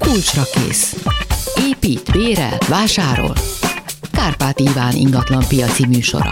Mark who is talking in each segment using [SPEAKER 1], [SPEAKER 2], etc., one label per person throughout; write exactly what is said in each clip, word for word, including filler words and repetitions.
[SPEAKER 1] Kulcsra kész. Épít, bérel, vásárol. Kárpát Iván ingatlan piaci műsora.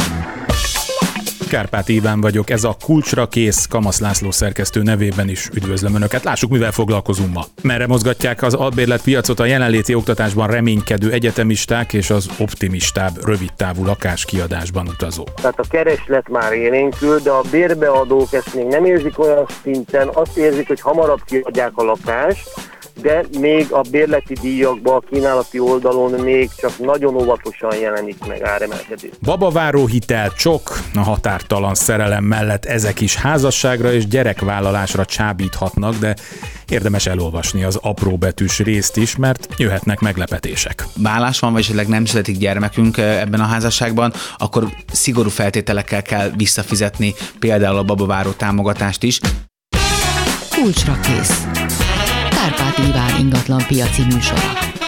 [SPEAKER 2] Kárpát Iván vagyok, ez a Kulcsra kész, Kamasz László szerkesztő nevében is üdvözlöm Önöket. Lássuk, mivel foglalkozunk ma. Merre mozgatják az albérletpiacot a jelenléti oktatásban reménykedő egyetemisták és az optimistább, rövidtávú lakáskiadásban utazók.
[SPEAKER 3] Tehát a kereslet már élénkül, de a bérbeadók ezt még nem érzik olyan szinten, azt érzik, hogy hamarabb kiadják a lakást, de még a bérleti díjakban, a kínálati oldalon még csak nagyon óvatosan jelenik meg áremelkedés.
[SPEAKER 2] Babaváró hitel, csok, a határtalan szerelem mellett ezek is házasságra és gyerekvállalásra csábíthatnak, de érdemes elolvasni az apróbetűs részt is, mert jöhetnek meglepetések.
[SPEAKER 4] Vállás van, vagy esetleg nem születik gyermekünk ebben a házasságban, akkor szigorú feltételekkel kell visszafizetni például a babaváró támogatást is.
[SPEAKER 1] Kulcsra kész. Kárpát Iván ingatlan piaci műsora.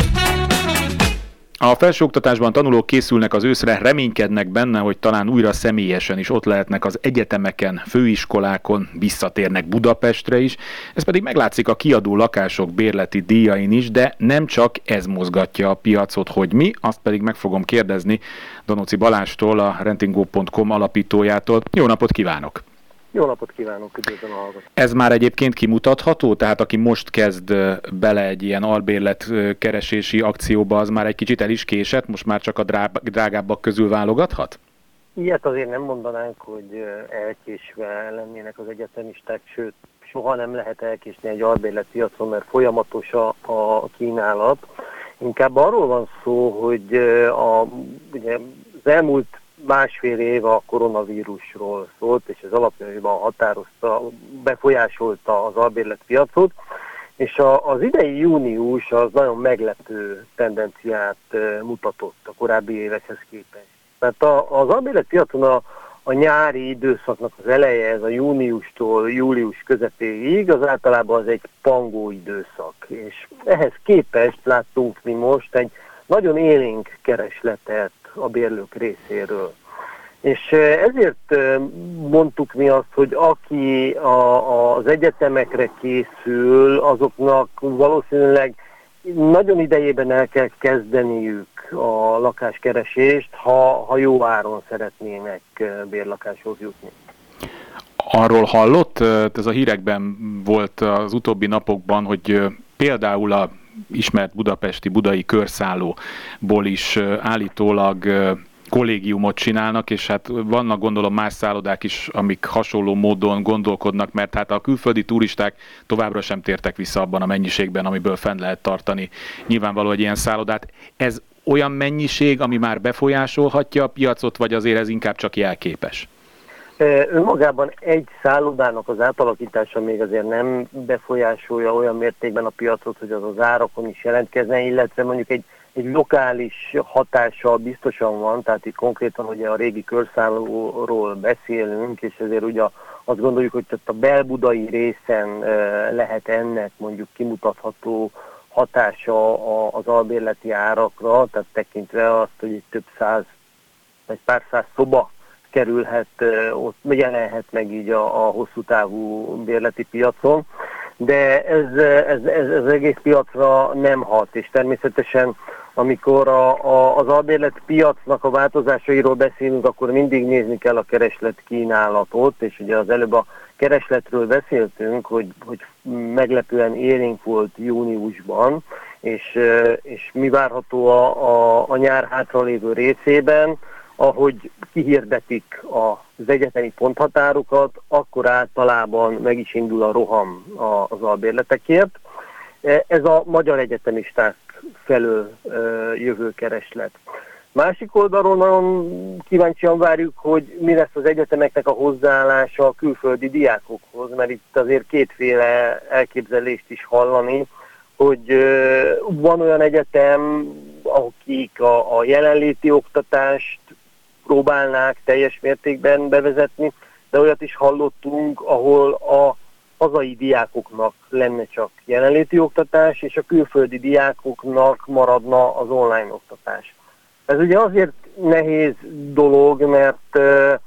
[SPEAKER 2] A felsőoktatásban tanulók készülnek az őszre, reménykednek benne, hogy talán újra személyesen is ott lehetnek az egyetemeken, főiskolákon, visszatérnek Budapestre is. Ez pedig meglátszik a kiadó lakások bérleti díjain is, de nem csak ez mozgatja a piacot, hogy mi, azt pedig meg fogom kérdezni Donóci Balástól, a rentinggo pont com alapítójától. Jó napot kívánok!
[SPEAKER 3] Jó napot kívánok, üdvözlöm a hallgatót.
[SPEAKER 2] Ez már egyébként kimutatható? Tehát aki most kezd bele egy ilyen albérlet keresési akcióba, az már egy kicsit el is késett, most már csak a drágábbak közül válogathat?
[SPEAKER 3] Ilyet azért nem mondanánk, hogy elkésve lennének az egyetemisták, sőt, soha nem lehet elkésni egy albérletpiacon, mert folyamatos a, a kínálat. Inkább arról van szó, hogy a, ugye, az elmúlt másfél év a koronavírusról szólt, és ez alapjában határozta, befolyásolta az albérletpiacot, és a, az idei június az nagyon meglepő tendenciát mutatott a korábbi évekhez képest. Mert a, az albérletpiacon a, a nyári időszaknak az eleje, ez a júniustól július közepéig, az általában az egy pangó időszak, és ehhez képest láttunk mi most egy nagyon élénk keresletet a bérlők részéről. És ezért mondtuk mi azt, hogy aki a, az egyetemekre készül, azoknak valószínűleg nagyon idejében el kell kezdeniük a lakáskeresést, ha, ha jó áron szeretnének bérlakáshoz jutni.
[SPEAKER 2] Arról hallott, ez a hírekben volt az utóbbi napokban, hogy például a ismert budapesti budai körszállóból is állítólag kollégiumot csinálnak, és hát vannak gondolom más szállodák is, amik hasonló módon gondolkodnak, mert hát a külföldi turisták továbbra sem tértek vissza abban a mennyiségben, amiből fenn lehet tartani nyilvánvaló egy ilyen szállodát. Ez olyan mennyiség, ami már befolyásolhatja a piacot, vagy azért ez inkább csak jelképes?
[SPEAKER 3] Önmagában egy szállodának az átalakítása még azért nem befolyásolja olyan mértékben a piacot, hogy az az árakon is jelentkezne, illetve mondjuk egy, egy lokális hatással biztosan van, tehát itt konkrétan ugye a régi körszállóról beszélünk, és ezért ugye azt gondoljuk, hogy a belbudai részen lehet ennek mondjuk kimutatható hatása az albérleti árakra, tehát tekintve azt, hogy egy több száz, egy pár száz szoba kerülhet, ott jelenhet meg így a, a hosszú távú bérleti piacon, de ez, ez, ez, ez egész piacra nem hat, és természetesen amikor a, a, az albérlet piacnak a változásairól beszélünk, akkor mindig nézni kell a kereslet kínálatot, és ugye az előbb a keresletről beszéltünk, hogy, hogy meglepően élénk volt júniusban, és, és mi várható a, a, a nyár hátralévő részében, ahogy kihirdetik az egyetemi ponthatárokat, akkor általában meg is indul a roham az albérletekért. Ez a magyar egyetemisták felől jövő kereslet. Másik oldalról nagyon kíváncsian várjuk, hogy mi lesz az egyetemeknek a hozzáállása a külföldi diákokhoz, mert itt azért kétféle elképzelést is hallani, hogy van olyan egyetem, akik a, a jelenléti oktatást próbálnák teljes mértékben bevezetni, de olyat is hallottunk, ahol a hazai diákoknak lenne csak jelenléti oktatás, és a külföldi diákoknak maradna az online oktatás. Ez ugye azért nehéz dolog, mert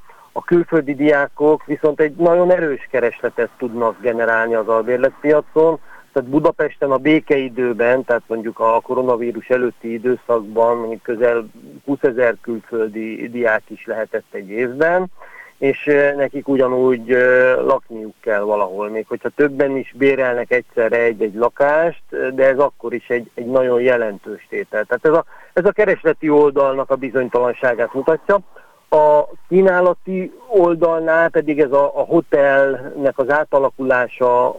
[SPEAKER 3] a külföldi diákok viszont egy nagyon erős keresletet tudnak generálni az albérletpiacon, Tehát Budapesten a békeidőben, tehát mondjuk a koronavírus előtti időszakban mondjuk közel húszezer külföldi diák is lehetett egy évben, és nekik ugyanúgy lakniuk kell valahol, még hogyha többen is bérelnek egyszerre egy-egy lakást, de ez akkor is egy, egy nagyon jelentős tétel. Tehát ez a, ez a keresleti oldalnak a bizonytalanságát mutatja. A kínálati oldalnál pedig ez a, a hotelnek az átalakulása,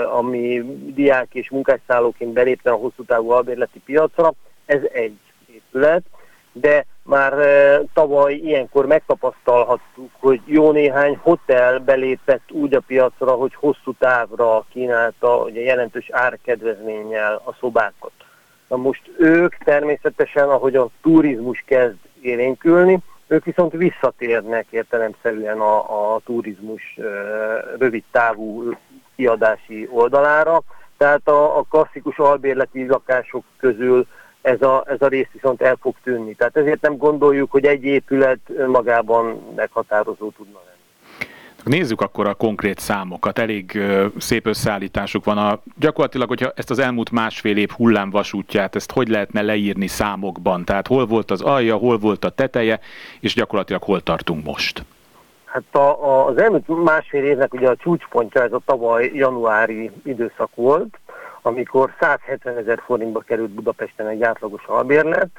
[SPEAKER 3] ami diák és munkásszállóként belépne a hosszú távú albérleti piacra, ez egy épület, de már tavaly ilyenkor megtapasztalhattuk, hogy jó néhány hotel belépett úgy a piacra, hogy hosszú távra kínálta ugye jelentős árkedvezménnyel a szobákat. Na most ők természetesen, ahogy a turizmus kezd élénkülni, ők viszont visszatérnek értelemszerűen a, a turizmus e, rövid távú kiadási oldalára, tehát a, a klasszikus albérleti lakások közül ez a, ez a rész viszont el fog tűnni. Tehát ezért nem gondoljuk, hogy egy épület önmagában meghatározó tudna lenni.
[SPEAKER 2] Nézzük akkor a konkrét számokat. Elég uh, szép összeállításuk van. A, gyakorlatilag, hogyha ezt az elmúlt másfél év hullámvasútját, ezt hogy lehetne leírni számokban? Tehát hol volt az alja, hol volt a teteje, és gyakorlatilag hol tartunk most?
[SPEAKER 3] Hát a, a, az elmúlt másfél évnek ugye a csúcspontja ez a tavaly januári időszak volt, amikor százhetvenezer forintba került Budapesten egy átlagos albérlet,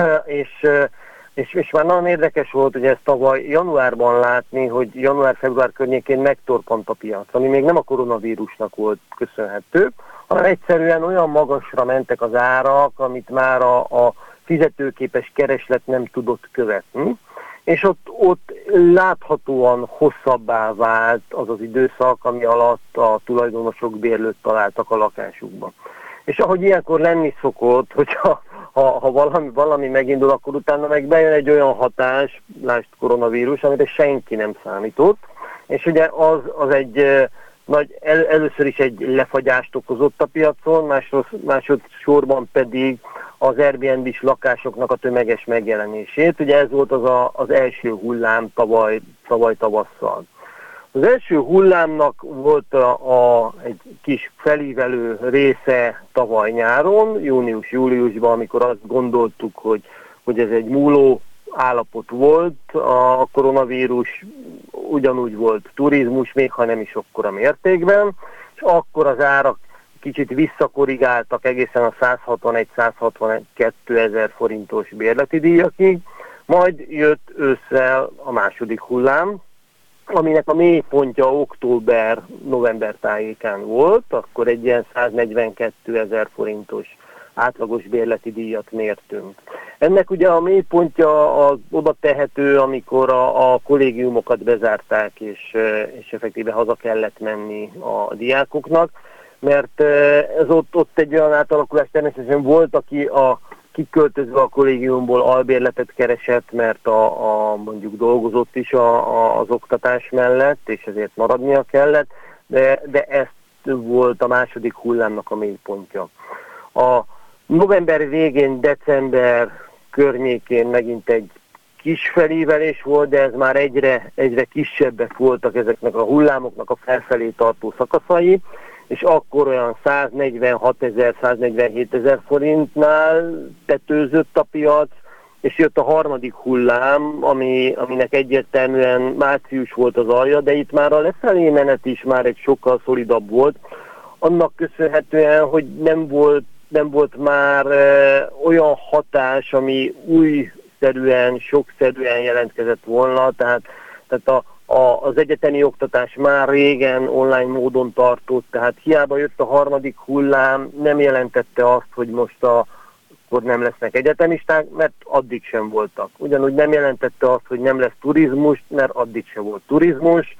[SPEAKER 3] és, és, és már nagyon érdekes volt, hogy ezt tavaly januárban látni, hogy január-február környékén megtorpant a piac, ami még nem a koronavírusnak volt köszönhető, hanem egyszerűen olyan magasra mentek az árak, amit már a, a fizetőképes kereslet nem tudott követni, és ott, ott láthatóan hosszabbá vált az az időszak, ami alatt a tulajdonosok bérlőt találtak a lakásukban. És ahogy ilyenkor lenni szokott, hogyha ha, ha valami, valami megindul, akkor utána meg bejön egy olyan hatás, lásd koronavírus, amire senki nem számított, és ugye az, az egy nagy, el, először is egy lefagyást okozott a piacon, másod, másodszorban pedig az Airbnb-s lakásoknak a tömeges megjelenését. Ugye ez volt az a, az első hullám tavaly, tavaly tavasszal. Az első hullámnak volt a, a, egy kis felívelő része tavaly nyáron, június-júliusban, amikor azt gondoltuk, hogy, hogy ez egy múló állapot volt, a koronavírus ugyanúgy volt turizmus, még ha nem is akkora mértékben, és akkor az árak kicsit visszakorrigáltak egészen a százhatvanegy-százhatvankettő ezer forintos bérleti díjakig, majd jött ősszel a második hullám, aminek a mélypontja október-november tájékán volt, akkor egy ilyen száznegyvenkettő ezer forintos átlagos bérleti díjat mértünk. Ennek ugye a mélypontja az oda tehető, amikor a, a kollégiumokat bezárták, és, és effektíve haza kellett menni a diákoknak, mert ez ott, ott egy olyan átalakulás természetesen volt, aki a kiköltözve a kollégiumból albérletet keresett, mert a, a mondjuk dolgozott is a, a, az oktatás mellett, és ezért maradnia kellett, de, de ez volt a második hullámnak a mélypontja. A november végén, december környékén megint egy kis felívelés volt, de ez már egyre, egyre kisebbek voltak ezeknek a hullámoknak a felfelé tartó szakaszai, és akkor olyan száznegyvenhat ezer, száznegyvenhét ezer forintnál tetőzött a piac, és jött a harmadik hullám, ami, aminek egyértelműen március volt az alja, de itt már a lefelé menet is már egy sokkal szolidabb volt, annak köszönhetően, hogy nem volt, nem volt már e, olyan hatás, ami újszerűen, sokszerűen jelentkezett volna, tehát, tehát a A, az egyetemi oktatás már régen online módon tartott, tehát hiába jött a harmadik hullám, nem jelentette azt, hogy most a, akkor nem lesznek egyetemisták, mert addig sem voltak. Ugyanúgy nem jelentette azt, hogy nem lesz turizmus, mert addig sem volt turizmus.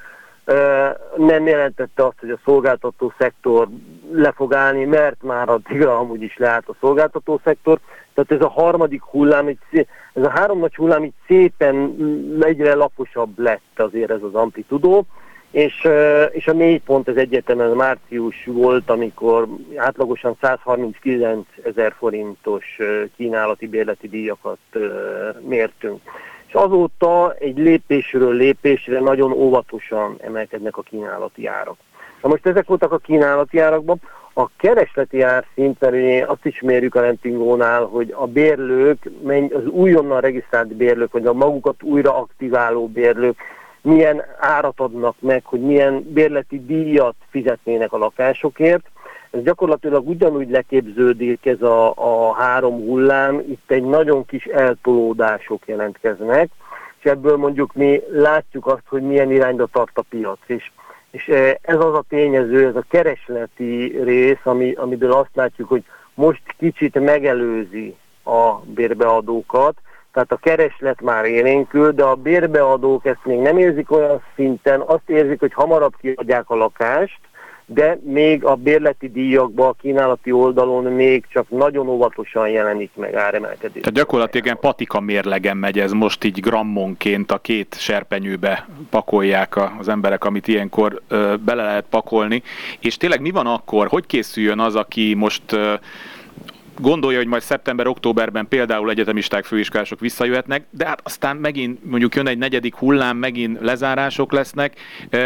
[SPEAKER 3] Nem jelentette azt, hogy a szolgáltató szektor le fog állni, mert már addigra amúgy is leállt a szolgáltató szektor. Tehát ez a harmadik hullám, ez a három nagy hullám így szépen egyre laposabb lett azért ez az amplitudó, és, és a mélypont ez egyértelműen március volt, amikor átlagosan százharminckilenc ezer forintos kínálati bérleti díjakat mértünk. És azóta egy lépésről lépésre nagyon óvatosan emelkednek a kínálati árak. Na most ezek voltak a kínálati árakban. A keresleti árszint, mert azt is mérjük a Rentingónál, hogy a bérlők, az újonnan regisztrált bérlők, vagy a magukat újra aktiváló bérlők milyen árat adnak meg, hogy milyen bérleti díjat fizetnének a lakásokért. Ez gyakorlatilag ugyanúgy leképződik ez a, a három hullám, itt egy nagyon kis eltolódások jelentkeznek, és ebből mondjuk mi látjuk azt, hogy milyen irányba tart a piac is. És ez az a tényező, ez a keresleti rész, ami, amiből azt látjuk, hogy most kicsit megelőzi a bérbeadókat, tehát a kereslet már élénkül, de a bérbeadók ezt még nem érzik olyan szinten, azt érzik, hogy hamarabb kiadják a lakást, de még a bérleti díjakban, a kínálati oldalon még csak nagyon óvatosan jelenik meg áremelkedés.
[SPEAKER 2] Tehát gyakorlatilag ilyen patika mérlegen megy ez most így grammonként a két serpenyőbe pakolják az emberek, amit ilyenkor ö, bele lehet pakolni. És tényleg mi van akkor? Hogy készüljön az, aki most ö, gondolja, hogy majd szeptember-októberben például egyetemisták, főiskolások visszajöhetnek, de hát aztán megint mondjuk jön egy negyedik hullám, megint lezárások lesznek.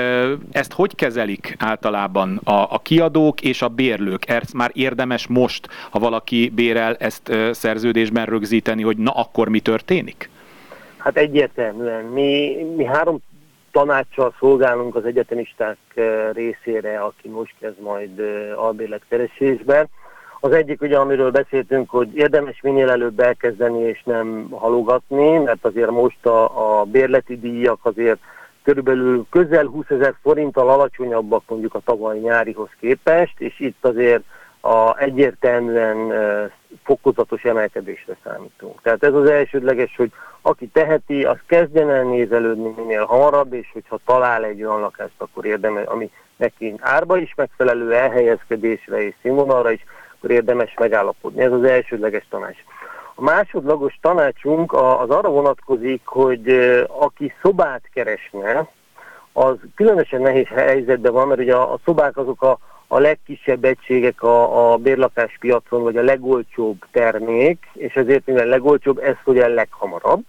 [SPEAKER 2] Ezt hogy kezelik általában a, a kiadók és a bérlők? Ezt már érdemes most, ha valaki bérel, ezt szerződésben rögzíteni, hogy na akkor mi történik?
[SPEAKER 3] Hát egyértelműen. Mi, mi három tanácssal szolgálunk az egyetemisták részére, aki most kezd majd albérletkeresésben. Az egyik, ugye, amiről beszéltünk, hogy érdemes minél előbb elkezdeni és nem halogatni, mert azért most a, a bérleti díjak azért körülbelül közel húszezer forinttal alacsonyabbak mondjuk a tavaly nyárihoz képest, és itt azért a egyértelműen uh, fokozatos emelkedésre számítunk. Tehát ez az elsődleges, hogy aki teheti, az kezdjen el nézelődni minél hamarabb, és hogyha talál egy olyan lakást, akkor érdemes, ami neki árba is megfelelő, elhelyezkedésre és színvonalra is, akkor érdemes megállapodni. Ez az elsődleges tanács. A másodlagos tanácsunk az arra vonatkozik, hogy aki szobát keresne, az különösen nehéz helyzetben van, mert ugye a, a szobák azok a, a legkisebb egységek a, a bérlakáspiacon, vagy a legolcsóbb termék, és ezért mivel legolcsóbb, ez fogy el leghamarabb.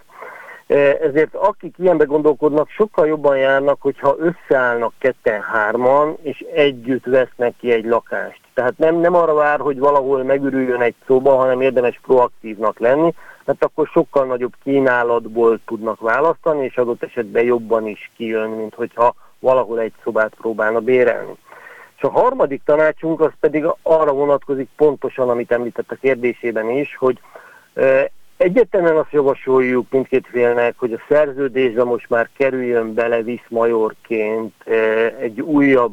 [SPEAKER 3] Ezért akik ilyenbe gondolkodnak, sokkal jobban járnak, hogyha összeállnak ketten-hárman, és együtt vesznek ki egy lakást. Tehát nem, nem arra vár, hogy valahol megürüljön egy szoba, hanem érdemes proaktívnak lenni, mert akkor sokkal nagyobb kínálatból tudnak választani, és adott esetben jobban is kijön, mint hogyha valahol egy szobát próbálna bérelni. És a harmadik tanácsunk az pedig arra vonatkozik pontosan, amit említett a kérdésében is, hogy egyértelműen azt javasoljuk mindkét félnek, hogy a szerződésbe most már kerüljön bele viszmajorként egy újabb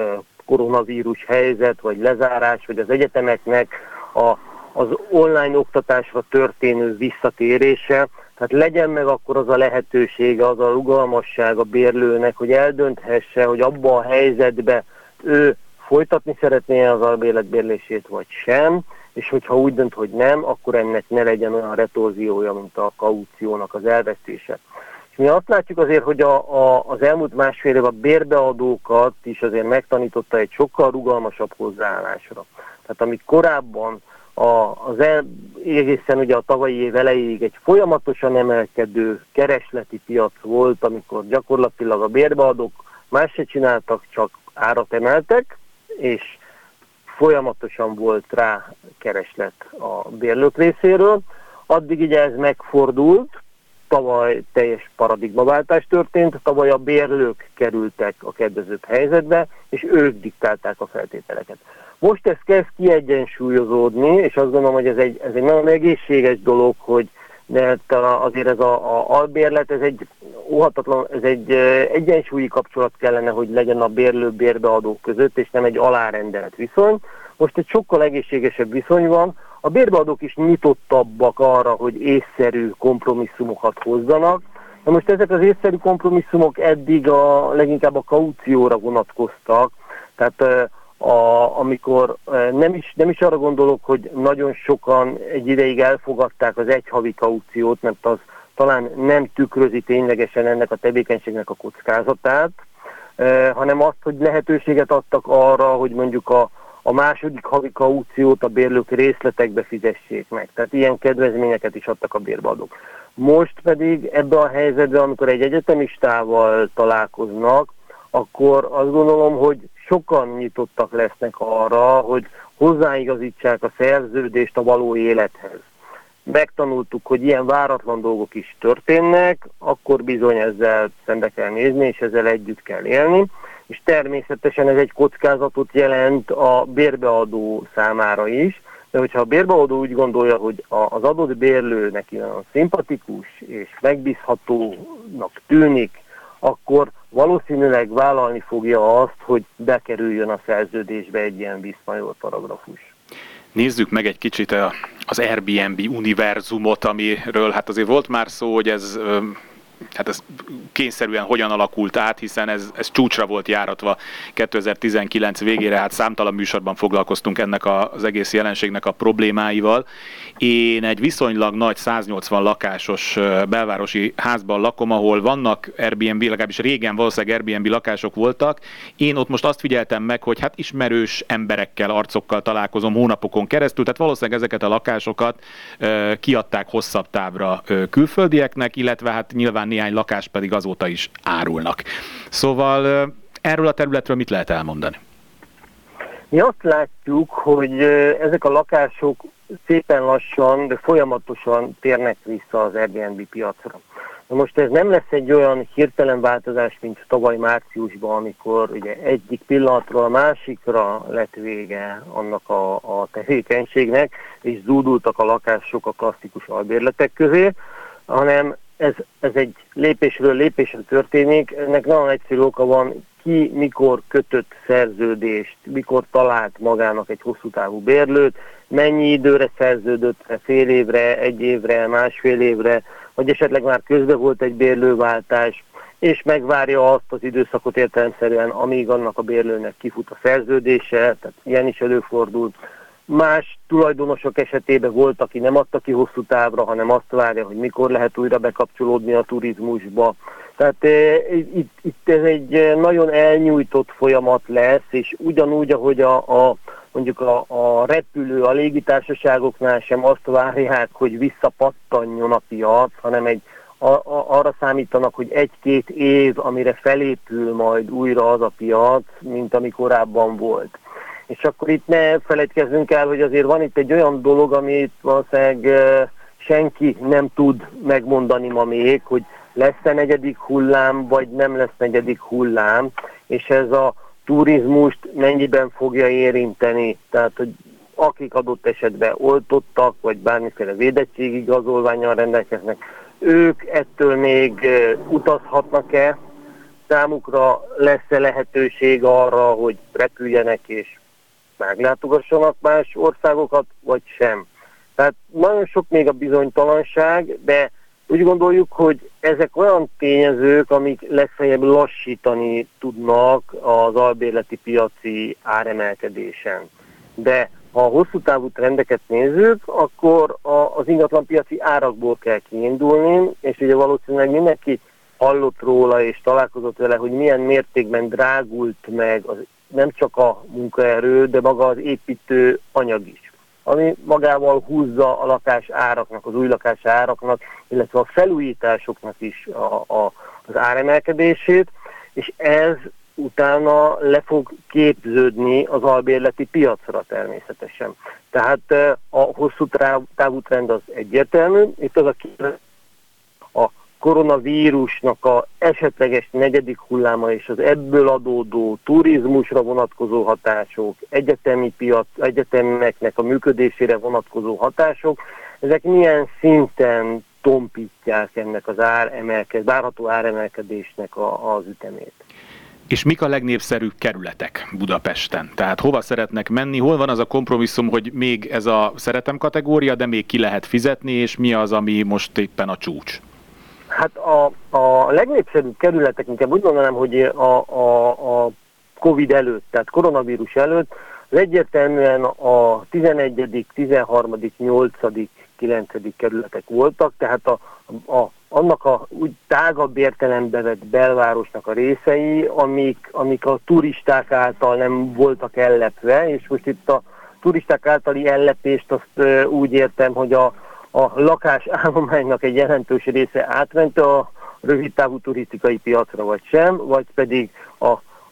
[SPEAKER 3] koronavírus helyzet, vagy lezárás, vagy az egyetemeknek a, az online oktatásra történő visszatérése. Tehát legyen meg akkor az a lehetősége, az a rugalmasság a bérlőnek, hogy eldönthesse, hogy abban a helyzetben ő folytatni szeretné az albérletbérlését, vagy sem, és hogyha úgy dönt, hogy nem, akkor ennek ne legyen olyan retorziója, mint a kauciónak az elvesztése. És mi azt látjuk azért, hogy a, a, az elmúlt másfél év a bérbeadókat is azért megtanította egy sokkal rugalmasabb hozzáállásra. Tehát amit korábban a, az el, egészen ugye a tavalyi év elejéig egy folyamatosan emelkedő keresleti piac volt, amikor gyakorlatilag a bérbeadók más se csináltak, csak árat emeltek, és folyamatosan volt rá kereslet a bérlők részéről. Addig ugye ez megfordult, tavaly teljes paradigmaváltás történt, tavaly a bérlők kerültek a kedvezőbb helyzetbe, és ők diktálták a feltételeket. Most ez kezd kiegyensúlyozódni, és azt gondolom, hogy ez egy, ez egy nagyon egészséges dolog, hogy de azért ez a, a albérlet, ez egy óhatatlan, ez egy egyensúlyi kapcsolat kellene, hogy legyen a bérlő-bérbeadók között, és nem egy alárendelet viszony. Most egy sokkal egészségesebb viszony van, a bérbeadók is nyitottabbak arra, hogy észszerű kompromisszumokat hozzanak. Na most ezek az észszerű kompromisszumok eddig a, leginkább a kaucióra vonatkoztak, tehát A, amikor nem is, nem is arra gondolok, hogy nagyon sokan egy ideig elfogadták az egyhavi kauciót, mert az talán nem tükrözi ténylegesen ennek a tevékenységnek a kockázatát, eh, hanem azt, hogy lehetőséget adtak arra, hogy mondjuk a, a második havi kauciót a bérlők részletekbe fizessék meg. Tehát ilyen kedvezményeket is adtak a bérbeadók. Most pedig ebben a helyzetben, amikor egy egyetemistával találkoznak, akkor azt gondolom, hogy sokan nyitottak lesznek arra, hogy hozzáigazítsák a szerződést a való élethez. Megtanultuk, hogy ilyen váratlan dolgok is történnek, akkor bizony ezzel szembe kell nézni, és ezzel együtt kell élni. És természetesen ez egy kockázatot jelent a bérbeadó számára is, de hogyha a bérbeadó úgy gondolja, hogy az adott bérlő neki olyan szimpatikus és megbízhatónak tűnik, akkor valószínűleg vállalni fogja azt, hogy bekerüljön a szerződésbe egy ilyen viszonyolt paragrafus.
[SPEAKER 2] Nézzük meg egy kicsit az Airbnb univerzumot, amiről hát azért volt már szó, hogy ez... hát ez kényszerűen hogyan alakult át, hiszen ez, ez csúcsra volt járatva kétezer-tizenkilenc végére, hát számtalan műsorban foglalkoztunk ennek a, az egész jelenségnek a problémáival. Én egy viszonylag nagy száznyolcvan lakásos belvárosi házban lakom, ahol vannak Airbnb, legalábbis régen valószínűleg Airbnb lakások voltak. Én ott most azt figyeltem meg, hogy hát ismerős emberekkel, arcokkal találkozom hónapokon keresztül, tehát valószínűleg ezeket a lakásokat kiadták hosszabb távra külföldieknek, illetve hát nyilván néhány lakást pedig azóta is árulnak. Szóval erről a területről mit lehet elmondani?
[SPEAKER 3] Mi azt látjuk, hogy ezek a lakások szépen lassan, de folyamatosan térnek vissza az Airbnb piacra. Na most ez nem lesz egy olyan hirtelen változás, mint tavaly márciusban, amikor ugye egyik pillanatról a másikra lett vége annak a, a tevékenységnek, és zúdultak a lakások a klasszikus albérletek közé, hanem ez, ez egy lépésről lépésre történik. Ennek nagyon egyszerű oka van, ki mikor kötött szerződést, mikor talált magának egy hosszú távú bérlőt, mennyi időre szerződött, fél évre, egy évre, másfél évre, vagy esetleg már közben volt egy bérlőváltás, és megvárja azt az időszakot értelemszerűen, amíg annak a bérlőnek kifut a szerződése, tehát ilyen is előfordult. Más tulajdonosok esetében volt, aki nem adta ki hosszú távra, hanem azt várja, hogy mikor lehet újra bekapcsolódni a turizmusba. Tehát e, itt, itt ez egy nagyon elnyújtott folyamat lesz, és ugyanúgy, ahogy a, a, mondjuk a, a repülő, a légitársaságoknál sem azt várják, hogy visszapattanjon a piac, hanem egy, a, a, arra számítanak, hogy egy-két év, amire felépül majd újra az a piac, mint ami korábban volt. És akkor itt ne feledkezzünk el, hogy azért van itt egy olyan dolog, amit valószínűleg senki nem tud megmondani ma még, hogy lesz-e negyedik hullám, vagy nem lesz negyedik hullám, és ez a turizmust mennyiben fogja érinteni. Tehát, hogy akik adott esetben oltottak, vagy bármiféle védettségigazolvánnyal rendelkeznek, ők ettől még utazhatnak-e, számukra lesz-e lehetőség arra, hogy repüljenek és meglátogassanak más országokat, vagy sem. Tehát nagyon sok még a bizonytalanság, de úgy gondoljuk, hogy ezek olyan tényezők, amik legfeljebb lassítani tudnak az albérleti piaci áremelkedésen. De ha a hosszú távú trendeket nézzük, akkor az ingatlanpiaci árakból kell kiindulni, és ugye valószínűleg mindenki hallott róla és találkozott vele, hogy milyen mértékben drágult meg az, nem csak a munkaerő, de maga az építő anyag is, ami magával húzza a lakás áraknak, az új lakás áraknak, illetve a felújításoknak is a, a, az áremelkedését, és ez utána le fog képződni az albérleti piacra természetesen. Tehát a hosszú távú trend az egyértelmű, itt az a a koronavírusnak a esetleges negyedik hulláma és az ebből adódó turizmusra vonatkozó hatások, egyetemi piac, egyetemeknek a működésére vonatkozó hatások, ezek milyen szinten tompítják ennek az áremelkedés, várható áremelkedésnek a, az ütemét.
[SPEAKER 2] És mik a legnépszerűbb kerületek Budapesten? Tehát hova szeretnek menni? Hol van az a kompromisszum, hogy még ez a szeretem kategória, de még ki lehet fizetni, és mi az, ami most éppen a csúcs?
[SPEAKER 3] Hát a, a legnépszerűbb kerületek, inkább úgy mondanám, hogy a, a, a Covid előtt, tehát koronavírus előtt, az egyértelműen a tizenegyedik, tizenharmadik, nyolcadik, kilencedik kerületek voltak, tehát a, a, annak a úgy tágabb értelembe vett belvárosnak a részei, amik, amik a turisták által nem voltak ellepve, és most itt a turisták általi ellepést azt úgy értem, hogy a a lakásállománynak egy jelentős része átment a rövidtávú turisztikai piacra, vagy sem, vagy pedig a,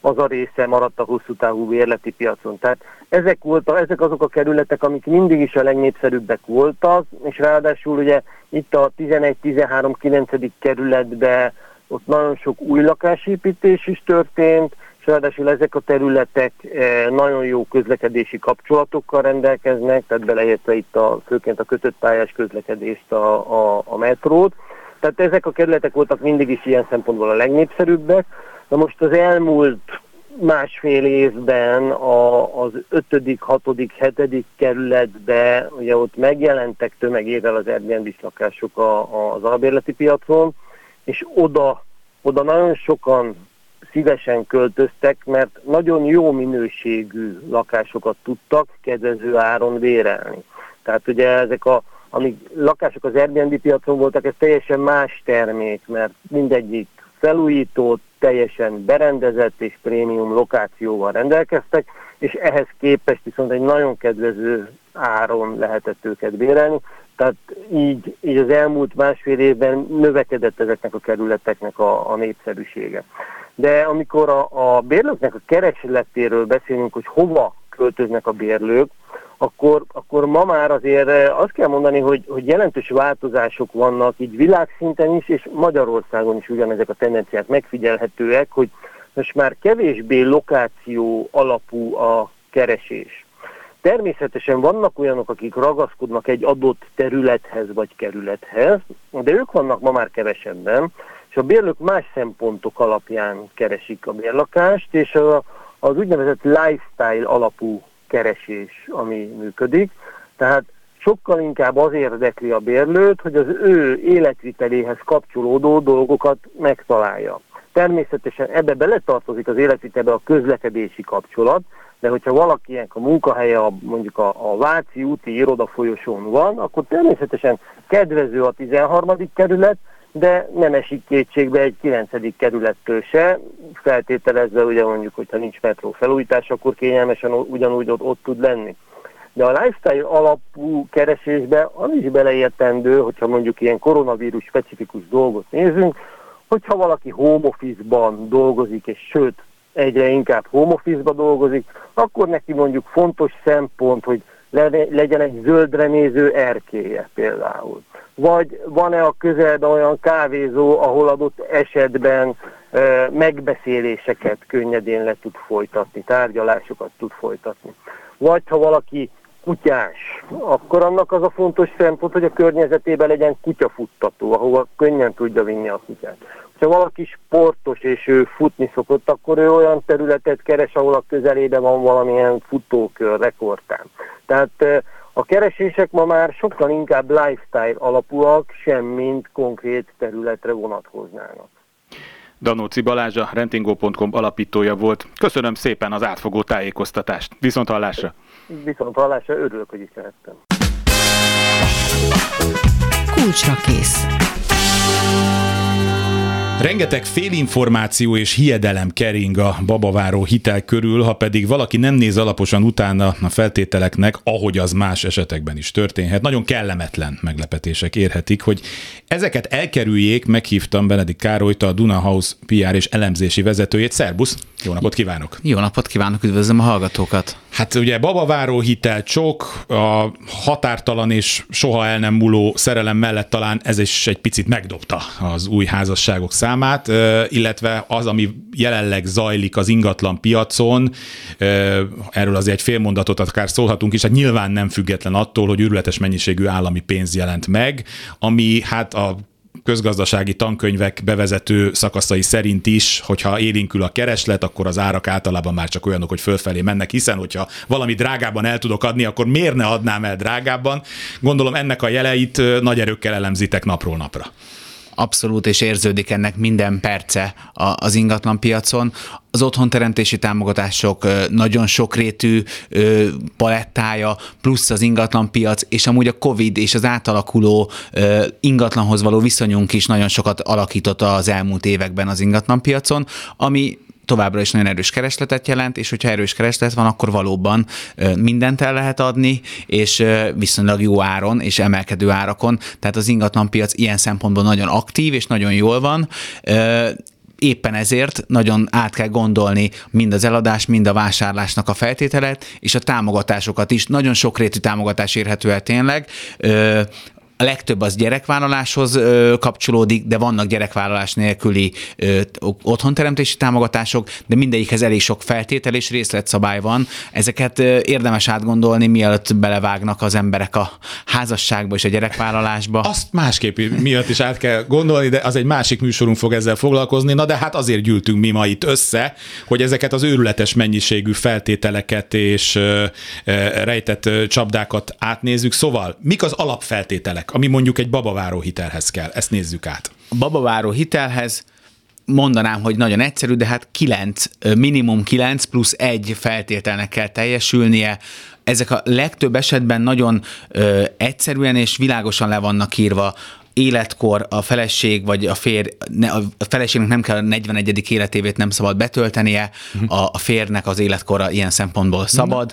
[SPEAKER 3] az a része maradt a hosszú távú bérleti piacon. Tehát ezek, voltak, ezek azok a kerületek, amik mindig is a legnépszerűbbek voltak, és ráadásul ugye itt a tizenegy tizenhárom kilencedik kerületben ott nagyon sok új lakásépítés is történt, és ráadásul ezek a területek nagyon jó közlekedési kapcsolatokkal rendelkeznek, tehát beleértve itt a, főként a kötött pályás közlekedést, a, a, a metrót. Tehát ezek a kerületek voltak mindig is ilyen szempontból a legnépszerűbbek. Na most az elmúlt másfél évben a, az ötödik, hatodik, hetedik kerületben, ugye ott megjelentek tömegével az Airbnb-s lakások a, a, az albérleti piacon, és oda, oda nagyon sokan szívesen költöztek, mert nagyon jó minőségű lakásokat tudtak kedvező áron bérelni. Tehát ugye ezek a amíg lakások az Airbnb piacon voltak, ez teljesen más termék, mert mindegyik felújított, teljesen berendezett és prémium lokációval rendelkeztek, és ehhez képest viszont egy nagyon kedvező áron lehetett őket bérelni. Tehát így, így az elmúlt másfél évben növekedett ezeknek a kerületeknek a, a népszerűsége. De amikor a, a bérlőknek a keresletéről beszélünk, hogy hova költöznek a bérlők, Akkor, akkor ma már azért azt kell mondani, hogy, hogy jelentős változások vannak így világszinten is, és Magyarországon is ugyanezek a tendenciák megfigyelhetőek, hogy most már kevésbé lokáció alapú a keresés. Természetesen vannak olyanok, akik ragaszkodnak egy adott területhez vagy kerülethez, de ők vannak ma már kevesebben, és a bérlők más szempontok alapján keresik a bérlakást, és a, az úgynevezett lifestyle alapú keresés, ami működik. Tehát sokkal inkább az érdekli a bérlőt, hogy az ő életviteléhez kapcsolódó dolgokat megtalálja. Természetesen ebbe beletartozik az életvitelbe a közlekedési kapcsolat, de hogyha valakinek a munkahelye a, mondjuk a, a Váci úti irodafolyosón van, akkor természetesen kedvező a tizenharmadik kerület, de nem esik kétségbe egy kilencedik kerülettől se, feltételezve ugye mondjuk, hogyha nincs metró felújítás, akkor kényelmesen ugyanúgy ott, ott tud lenni. De a lifestyle alapú keresésbe az is beleértendő, hogyha mondjuk ilyen koronavírus specifikus dolgot nézünk, hogyha valaki home office-ban dolgozik, és sőt, egyre inkább home office-ba dolgozik, akkor neki mondjuk fontos szempont, hogy legyen egy zöldre néző erkélye például. Vagy van-e a közelben olyan kávézó, ahol adott esetben e, megbeszéléseket könnyedén le tud folytatni, tárgyalásokat tud folytatni. Vagy ha valaki kutyás, akkor annak az a fontos szempont, hogy a környezetében legyen kutyafuttató, ahova könnyen tudja vinni a kutyát. Ha valaki sportos és ő futni szokott, akkor ő olyan területet keres, ahol a közelében van valamilyen futókör, rekordtám. Tehát a keresések ma már sokkal inkább lifestyle alapúak, semmint konkrét területre vonatkoznának.
[SPEAKER 2] Danóci Balázs, a rentingó pont com alapítója volt. Köszönöm szépen az átfogó tájékoztatást. Viszont hallásra!
[SPEAKER 3] Viszont hallásra, örülök, hogy itt lehettem.
[SPEAKER 1] Kulcsra kész.
[SPEAKER 5] Rengeteg félinformáció és hiedelem kering a babaváró hitel körül, ha pedig valaki nem néz alaposan utána a feltételeknek, ahogy az más esetekben is történhet, nagyon kellemetlen meglepetések érhetik, hogy ezeket elkerüljék, meghívtam Benedikt Károlyt, a Duna House pé er és elemzési vezetőjét. Szerbusz! Jó napot kívánok!
[SPEAKER 4] Jó napot kívánok, üdvözlöm a hallgatókat!
[SPEAKER 5] Hát ugye babaváró hitel csok, a határtalan és soha el nem múló szerelem mellett talán ez is egy picit megdobta az új házasságok számát, illetve az, ami jelenleg zajlik az ingatlan piacon, erről azért egy fél mondatot akár szólhatunk is, hát nyilván nem független attól, hogy őrületes mennyiségű állami pénz jelent meg, ami hát a közgazdasági tankönyvek bevezető szakaszai szerint is, hogyha élénkül a kereslet, akkor az árak általában már csak olyanok, hogy fölfelé mennek, hiszen hogyha valami drágában el tudok adni, akkor miért ne adnám el drágábban? Gondolom ennek a jeleit nagy erőkkel elemzitek napról napra.
[SPEAKER 4] Abszolút, és érződik ennek minden perce az ingatlan piacon. Az otthonteremtési támogatások nagyon sokrétű palettája, plusz az ingatlanpiac, és amúgy a Covid és az átalakuló ingatlanhoz való viszonyunk is nagyon sokat alakította az elmúlt években az ingatlanpiacon, ami továbbra is nagyon erős keresletet jelent, és hogyha erős kereslet van, akkor valóban mindent el lehet adni, és viszonylag jó áron, és emelkedő árakon. Tehát az ingatlanpiac ilyen szempontból nagyon aktív, és nagyon jól van. éppen ezért nagyon át kell gondolni mind az eladás, mind a vásárlásnak a feltételet, és a támogatásokat is. Nagyon sokrétű támogatás érhető el tényleg. A legtöbb az gyerekvállaláshoz ö, kapcsolódik, de vannak gyerekvállalás nélküli ö, otthonteremtési támogatások, de mindegyikhez elég sok feltétel és részletszabály van. Ezeket ö, érdemes átgondolni, mielőtt belevágnak az emberek a házasságba és a gyerekvállalásba.
[SPEAKER 5] Azt másképp miatt is át kell gondolni, de az egy másik műsorunk fog ezzel foglalkozni. Na de hát azért gyűltünk mi ma itt össze, hogy ezeket az őrületes mennyiségű feltételeket és ö, ö, rejtett ö, csapdákat átnézzük. Szóval, mik az alapfeltételek, ami mondjuk egy babaváró hitelhez kell? Ezt nézzük át.
[SPEAKER 4] A babaváró hitelhez mondanám, hogy nagyon egyszerű, de hát kilenc, minimum kilenc plusz egy feltételnek kell teljesülnie. Ezek a legtöbb esetben nagyon ö, egyszerűen és világosan le vannak írva. Életkor, a feleség vagy a férj, a feleségnek nem kell a negyvenegyedik életévét nem szabad betöltenie, a, a férjnek az életkora ilyen szempontból szabad.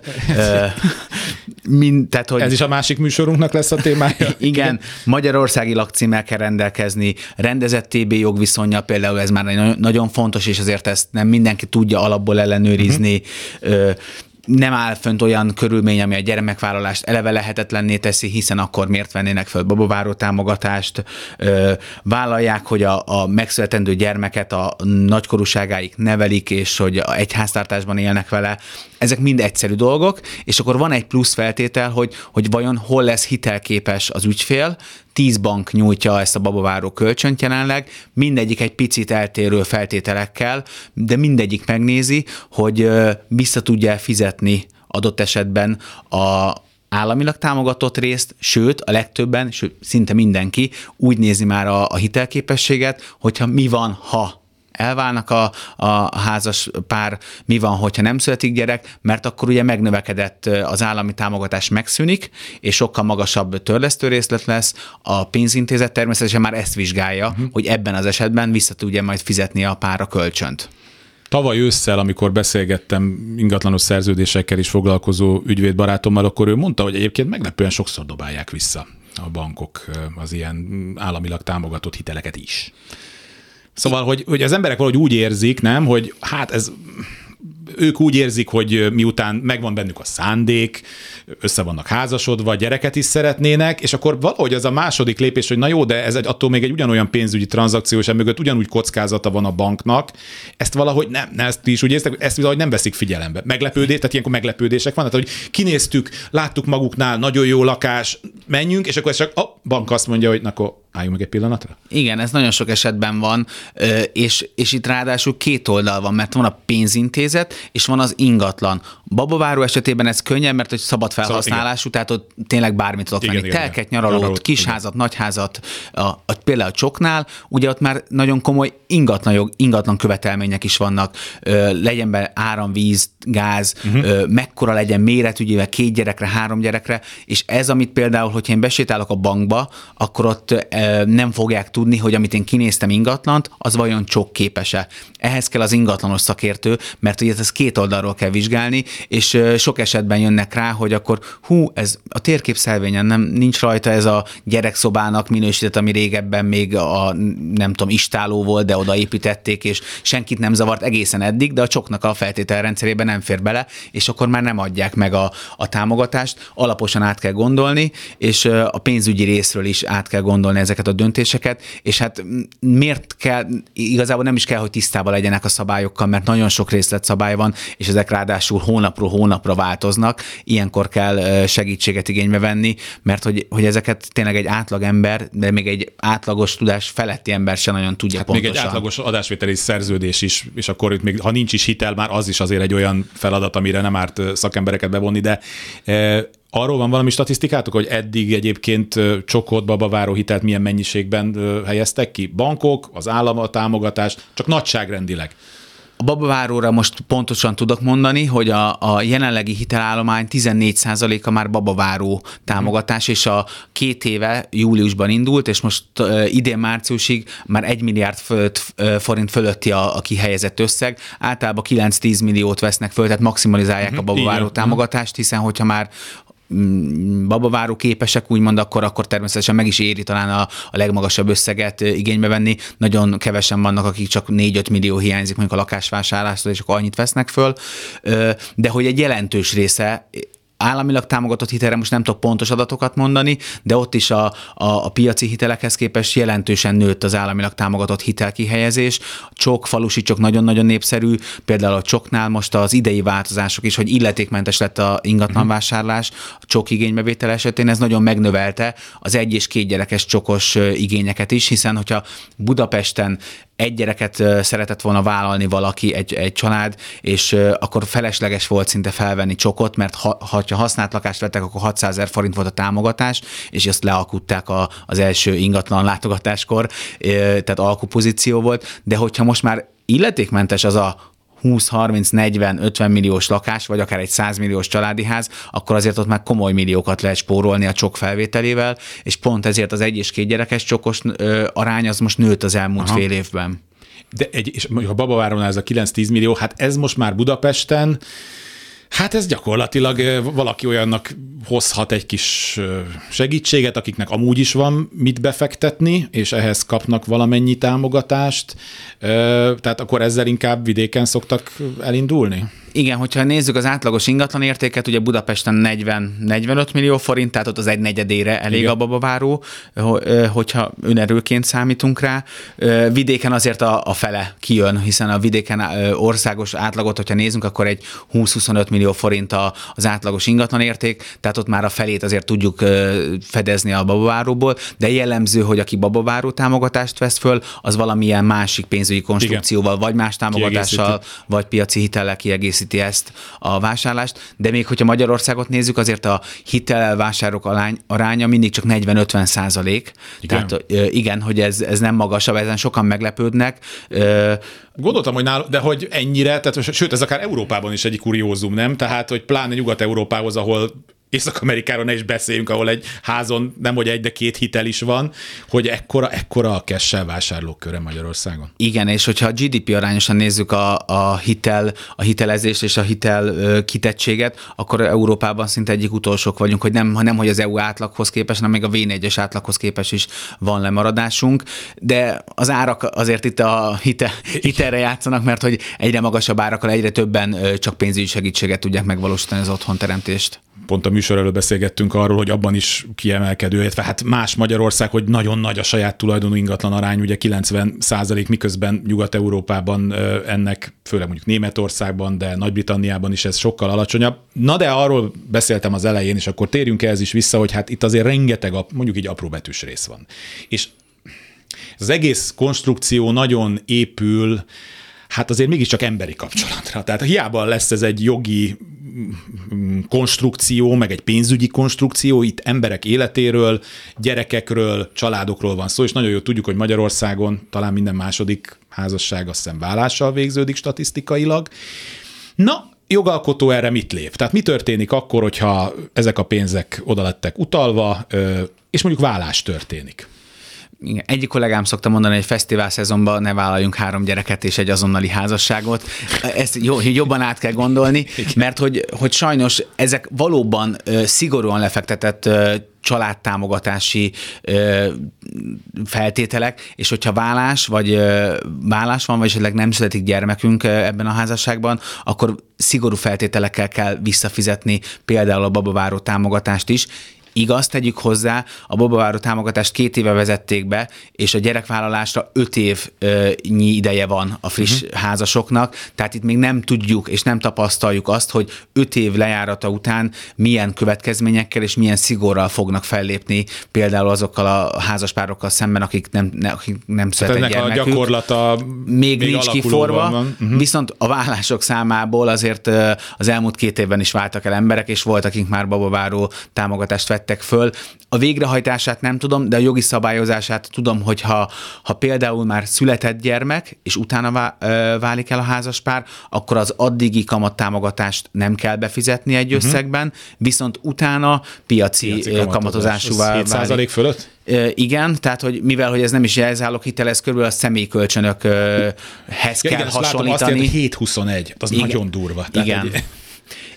[SPEAKER 4] Mind, tehát, hogy
[SPEAKER 5] ez is a másik műsorunknak lesz a témája.
[SPEAKER 4] Igen, magyarországi lakcímmel kell rendelkezni, rendezett té bé jogviszonya, például ez már nagyon fontos, és azért ezt nem mindenki tudja alapból ellenőrizni. Uh-huh. Nem áll fönt olyan körülmény, ami a gyermekvállalást eleve lehetetlenné teszi, hiszen akkor miért vennének föl babaváró támogatást. Vállalják, hogy a, a megszületendő gyermeket a nagykorúságáig nevelik, és hogy egy háztartásban élnek vele. Ezek mind egyszerű dolgok, és akkor van egy plusz feltétel, hogy, hogy vajon hol lesz hitelképes az ügyfél. Tíz bank nyújtja ezt a babaváró kölcsönt jelenleg, mindegyik egy picit eltérő feltételekkel, de mindegyik megnézi, hogy vissza tudja fizetni adott esetben a államilag támogatott részt, sőt, a legtöbben, sőt, szinte mindenki úgy nézi már a, a hitelképességet, hogyha mi van, ha elválnak a, a házas pár, mi van, hogyha nem születik gyerek, mert akkor ugye megnövekedett az állami támogatás megszűnik, és sokkal magasabb törlesztőrészlet lesz. A pénzintézet természetesen már ezt vizsgálja, uh-huh. hogy ebben az esetben vissza tudja majd fizetni a pár a kölcsönt.
[SPEAKER 5] Tavaly ősszel, amikor beszélgettem ingatlanos szerződésekkel is foglalkozó ügyvédbarátommal, akkor ő mondta, hogy egyébként meglepően sokszor dobálják vissza a bankok az ilyen államilag támogatott hiteleket is. Szóval, hogy, hogy az emberek valahogy úgy érzik, nem, hogy hát ez, ők úgy érzik, hogy miután megvan bennük a szándék, össze vannak házasodva, gyereket is szeretnének, és akkor valahogy az a második lépés, hogy na jó, de ez egy, attól még egy ugyanolyan pénzügyi tranzakció, és mögött ugyanúgy kockázata van a banknak, ezt valahogy nem, nem ezt is úgy érztek, ezt valahogy nem veszik figyelembe. Meglepődés, tehát ilyenkor meglepődések vannak, hogy kinéztük, láttuk maguknál, nagyon jó lakás, menjünk, és akkor csak a bank azt mondja, hogy na akkor álljunk meg egy pillanatra?
[SPEAKER 4] Igen, ez nagyon sok esetben van, és, és itt ráadásul két oldal van, mert van a pénzintézet, és van az ingatlan. Babaváró esetében ez könnyebb, mert hogy szabad felhasználású, szóval, tehát ott tényleg bármit tudok venni. Telket, nyaralót, nyaralót kisházat, nagyházat, a, a, például a csoknál, ugye ott már nagyon komoly ingatlan, jog, ingatlan követelmények is vannak. Ö, legyen be áram, víz, gáz, uh-huh. ö, mekkora legyen méretügyével, két gyerekre, három gyerekre, és ez, amit például, hogyha én besétálok a bankba, akkor ott nem fogják tudni, hogy amit én kinéztem ingatlant, az vajon csokképes-e. Ehhez kell az ingatlanos szakértő, mert ugye ezt két oldalról kell vizsgálni, és sok esetben jönnek rá, hogy akkor hú, ez a térképszelvényen nem, nincs rajta ez a gyerekszobának minősített, ami régebben még a nem tudom, istáló volt, de oda építették, és senkit nem zavart egészen eddig, de a csoknak a feltételrendszerében nem fér bele, és akkor már nem adják meg a, a támogatást. Alaposan át kell gondolni, és a pénzügyi részről is át kell gondolni ezeket a döntéseket, és hát miért kell, igazából nem is kell, hogy tisztában legyenek a szabályokkal, mert nagyon sok részletszabály van, és ezek ráadásul hónapról hónapra változnak, ilyenkor kell segítséget igénybe venni, mert hogy, hogy ezeket tényleg egy átlag ember, de még egy átlagos tudás feletti ember sem nagyon tudja hát pontosan.
[SPEAKER 5] Még egy átlagos adásvételi szerződés is, és akkor itt még, ha nincs is hitel, már az is azért egy olyan feladat, amire nem árt szakembereket bevonni, de e, arról van valami statisztikátok, hogy eddig egyébként csokot, babaváró hitelt milyen mennyiségben helyeztek ki? Bankok, az állam a támogatás, csak nagyságrendileg.
[SPEAKER 4] A babaváróra most pontosan tudok mondani, hogy a, a jelenlegi hitelállomány tizennégy százaléka már babaváró támogatás, és a két éve júliusban indult, és most uh, idén márciusig már egy milliárd fölött, uh, forint fölötti a, a kihelyezett összeg. Általában kilenc-tíz milliót vesznek föl, tehát maximalizálják uh-huh. a babaváró támogatást, hiszen hogyha már babaváró képesek, úgymond, akkor, akkor természetesen meg is éri talán a, a legmagasabb összeget igénybe venni. Nagyon kevesen vannak, akik csak négy-öt millió hiányzik mondjuk a lakásvásárlástól, és akkor annyit vesznek föl. De hogy egy jelentős része államilag támogatott hitelre most nem tudok pontos adatokat mondani, de ott is a, a, a piaci hitelekhez képest jelentősen nőtt az államilag támogatott hitelkihelyezés. Csok, falusi csok nagyon-nagyon népszerű, például a csoknál most az idei változások is, hogy illetékmentes lett a ingatlanvásárlás, a csok igénybevétel esetén ez nagyon megnövelte az egy és két gyerekes csokos igényeket is, hiszen hogyha Budapesten egy gyereket szeretett volna vállalni valaki, egy, egy család, és akkor felesleges volt szinte felvenni csokot, mert ha, ha használt lakást vettek, akkor hatszázezer forint volt a támogatás, és ezt lealkutták a, az első ingatlan látogatáskor, tehát alkupozíció volt, de hogyha most már illetékmentes az a húsz, harminc, negyven, ötven milliós lakás, vagy akár egy száz milliós családi ház, akkor azért ott már komoly milliókat lehet spórolni a csok felvételével, és pont ezért az egy és két gyerekes csokos ö, arány az most nőtt az elmúlt Aha. fél évben.
[SPEAKER 5] De egy, és mondjuk a Babavárónál ez a kilenc-tíz millió, hát ez most már Budapesten, hát ez gyakorlatilag valaki olyannak hozhat egy kis segítséget, akiknek amúgy is van mit befektetni, és ehhez kapnak valamennyi támogatást, tehát akkor ezzel inkább vidéken szoktak elindulni?
[SPEAKER 4] Igen, hogyha nézzük az átlagos ingatlan értéket, ugye Budapesten negyven-negyvenöt millió forint, tehát ott az egy negyedére elég Igen. a babaváró, hogyha önerőként számítunk rá. Vidéken azért a, a fele kijön, hiszen a vidéken országos átlagot, hogyha nézzünk, akkor egy húsz-huszonöt millió forint az átlagos ingatlan érték, tehát ott már a felét azért tudjuk fedezni a babaváróból, de jellemző, hogy aki babaváró támogatást vesz föl, az valamilyen másik pénzügyi konstrukcióval, Igen. vagy más támogatással, vagy piaci hitellel kiegészíti ezt a vásárlást, de még hogyha Magyarországot nézzük, azért a hitelvásárok aránya mindig csak negyven-ötven százalék.
[SPEAKER 5] Igen.
[SPEAKER 4] Tehát igen, hogy ez, ez nem magasabb, ezen sokan meglepődnek.
[SPEAKER 5] Gondoltam, hogy náluk, de hogy ennyire, tehát, sőt, ez akár Európában is egy kuriózum, nem? Tehát, hogy pláne Nyugat-Európához, ahol Észak-Amerikáról ne is beszéljünk, ahol egy házon nem hogy egy, de két hitel is van, hogy ekkora, ekkora a cash-sel vásárlók köre Magyarországon.
[SPEAKER 4] Igen, és hogyha a gé dé pé arányosan nézzük a, a hitel, a hitelezést és a hitel kitettséget, akkor Európában szinte egyik utolsók vagyunk, hogy nem, nem hogy az é u átlaghoz képest, hanem még a vé négyes átlaghoz képest is van lemaradásunk, de az árak azért itt a hitel, hitelre játszanak, mert hogy egyre magasabb árakkal egyre többen csak pénzügyi segítséget tudják megvalósítani az otthonteremtést.
[SPEAKER 5] Pont a műsor előtt beszélgettünk arról, hogy abban is kiemelkedő, illetve hát más Magyarország, hogy nagyon nagy a saját tulajdonú ingatlan arány, ugye kilencven százalék, miközben Nyugat-Európában ennek, főleg mondjuk Németországban, de Nagy-Britanniában is ez sokkal alacsonyabb. Na de arról beszéltem az elején, és akkor térjünk ehhez is vissza, hogy hát itt azért rengeteg, mondjuk így apróbetűs rész van. És az egész konstrukció nagyon épül, hát azért mégiscsak emberi kapcsolatra. Tehát hiába lesz ez egy jogi konstrukció, meg egy pénzügyi konstrukció, itt emberek életéről, gyerekekről, családokról van szó, és nagyon jól tudjuk, hogy Magyarországon talán minden második házasság azt hiszem vállással végződik statisztikailag. Na, jogalkotó erre mit lép? Tehát mi történik akkor, hogyha ezek a pénzek oda lettek utalva, és mondjuk vállás történik?
[SPEAKER 4] Igen. Egyik kollégám szokta mondani, hogy fesztivál szezonban ne vállaljunk három gyereket és egy azonnali házasságot. Ezt jobban át kell gondolni, mert hogy, hogy sajnos ezek valóban szigorúan lefektetett családtámogatási ö, feltételek, és hogyha vállás, vagy ö, vállás van, vagy esetleg nem születik gyermekünk ö, ebben a házasságban, akkor szigorú feltételekkel kell visszafizetni például a babaváró támogatást is. Igaz, tegyük hozzá, a babaváró támogatást két éve vezették be, és a gyerekvállalásra öt évnyi ideje van a friss uh-huh. házasoknak, tehát itt még nem tudjuk és nem tapasztaljuk azt, hogy öt év lejárata után milyen következményekkel és milyen szigorral fognak fellépni például azokkal a házaspárokkal szemben, akik nem, ne, akik nem született gyermekük.
[SPEAKER 5] A gyakorlata
[SPEAKER 4] még, még nincs kiforva, uh-huh. viszont a vállások számából azért az elmúlt két évben is váltak el emberek, és voltak, akik már babaváró támogatást vettek föl. A végrehajtását nem tudom, de a jogi szabályozását tudom, hogy ha, ha például már született gyermek, és utána válik el a házaspár, akkor az addigi kamattámogatást nem kell befizetni egy összegben, uh-huh. viszont utána piaci, piaci kamatozásúvá válik.
[SPEAKER 5] hét százalék fölött?
[SPEAKER 4] Igen, tehát hogy mivel hogy ez nem is jelzálog hitel, ez körülbelül a személykölcsönökhez ja, kell
[SPEAKER 5] igen,
[SPEAKER 4] hasonlítani.
[SPEAKER 5] Látom, azt jelenti, hét huszonegy, az igen, nagyon durva. Tehát
[SPEAKER 4] igen.
[SPEAKER 5] Egy...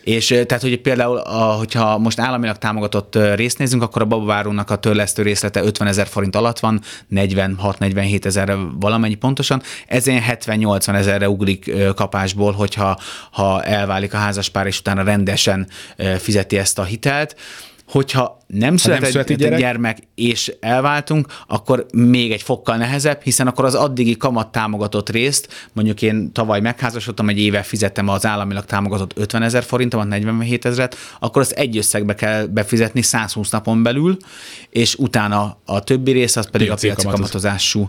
[SPEAKER 4] És tehát, hogy például, a, hogyha most államilag támogatott részt nézünk, akkor a babavárónak a törlesztő részlete ötvenezer forint alatt van, negyvenhat-negyvenhét ezerre valamennyi pontosan, ezért hetven-nyolcvan ezerre ugrik kapásból, hogyha ha elválik a házaspár, és utána rendesen fizeti ezt a hitelt. Hogyha nem született nem született gyerek. gyermek, és elváltunk, akkor még egy fokkal nehezebb, hiszen akkor az addigi kamat támogatott részt, mondjuk én tavaly megházasodtam, egy éve fizettem az államilag támogatott ötvenezer forintomat, negyvenhét ezret, akkor azt egy összegbe kell befizetni százhúsz napon belül, és utána a többi rész az pedig piaci a piaci kamatozású.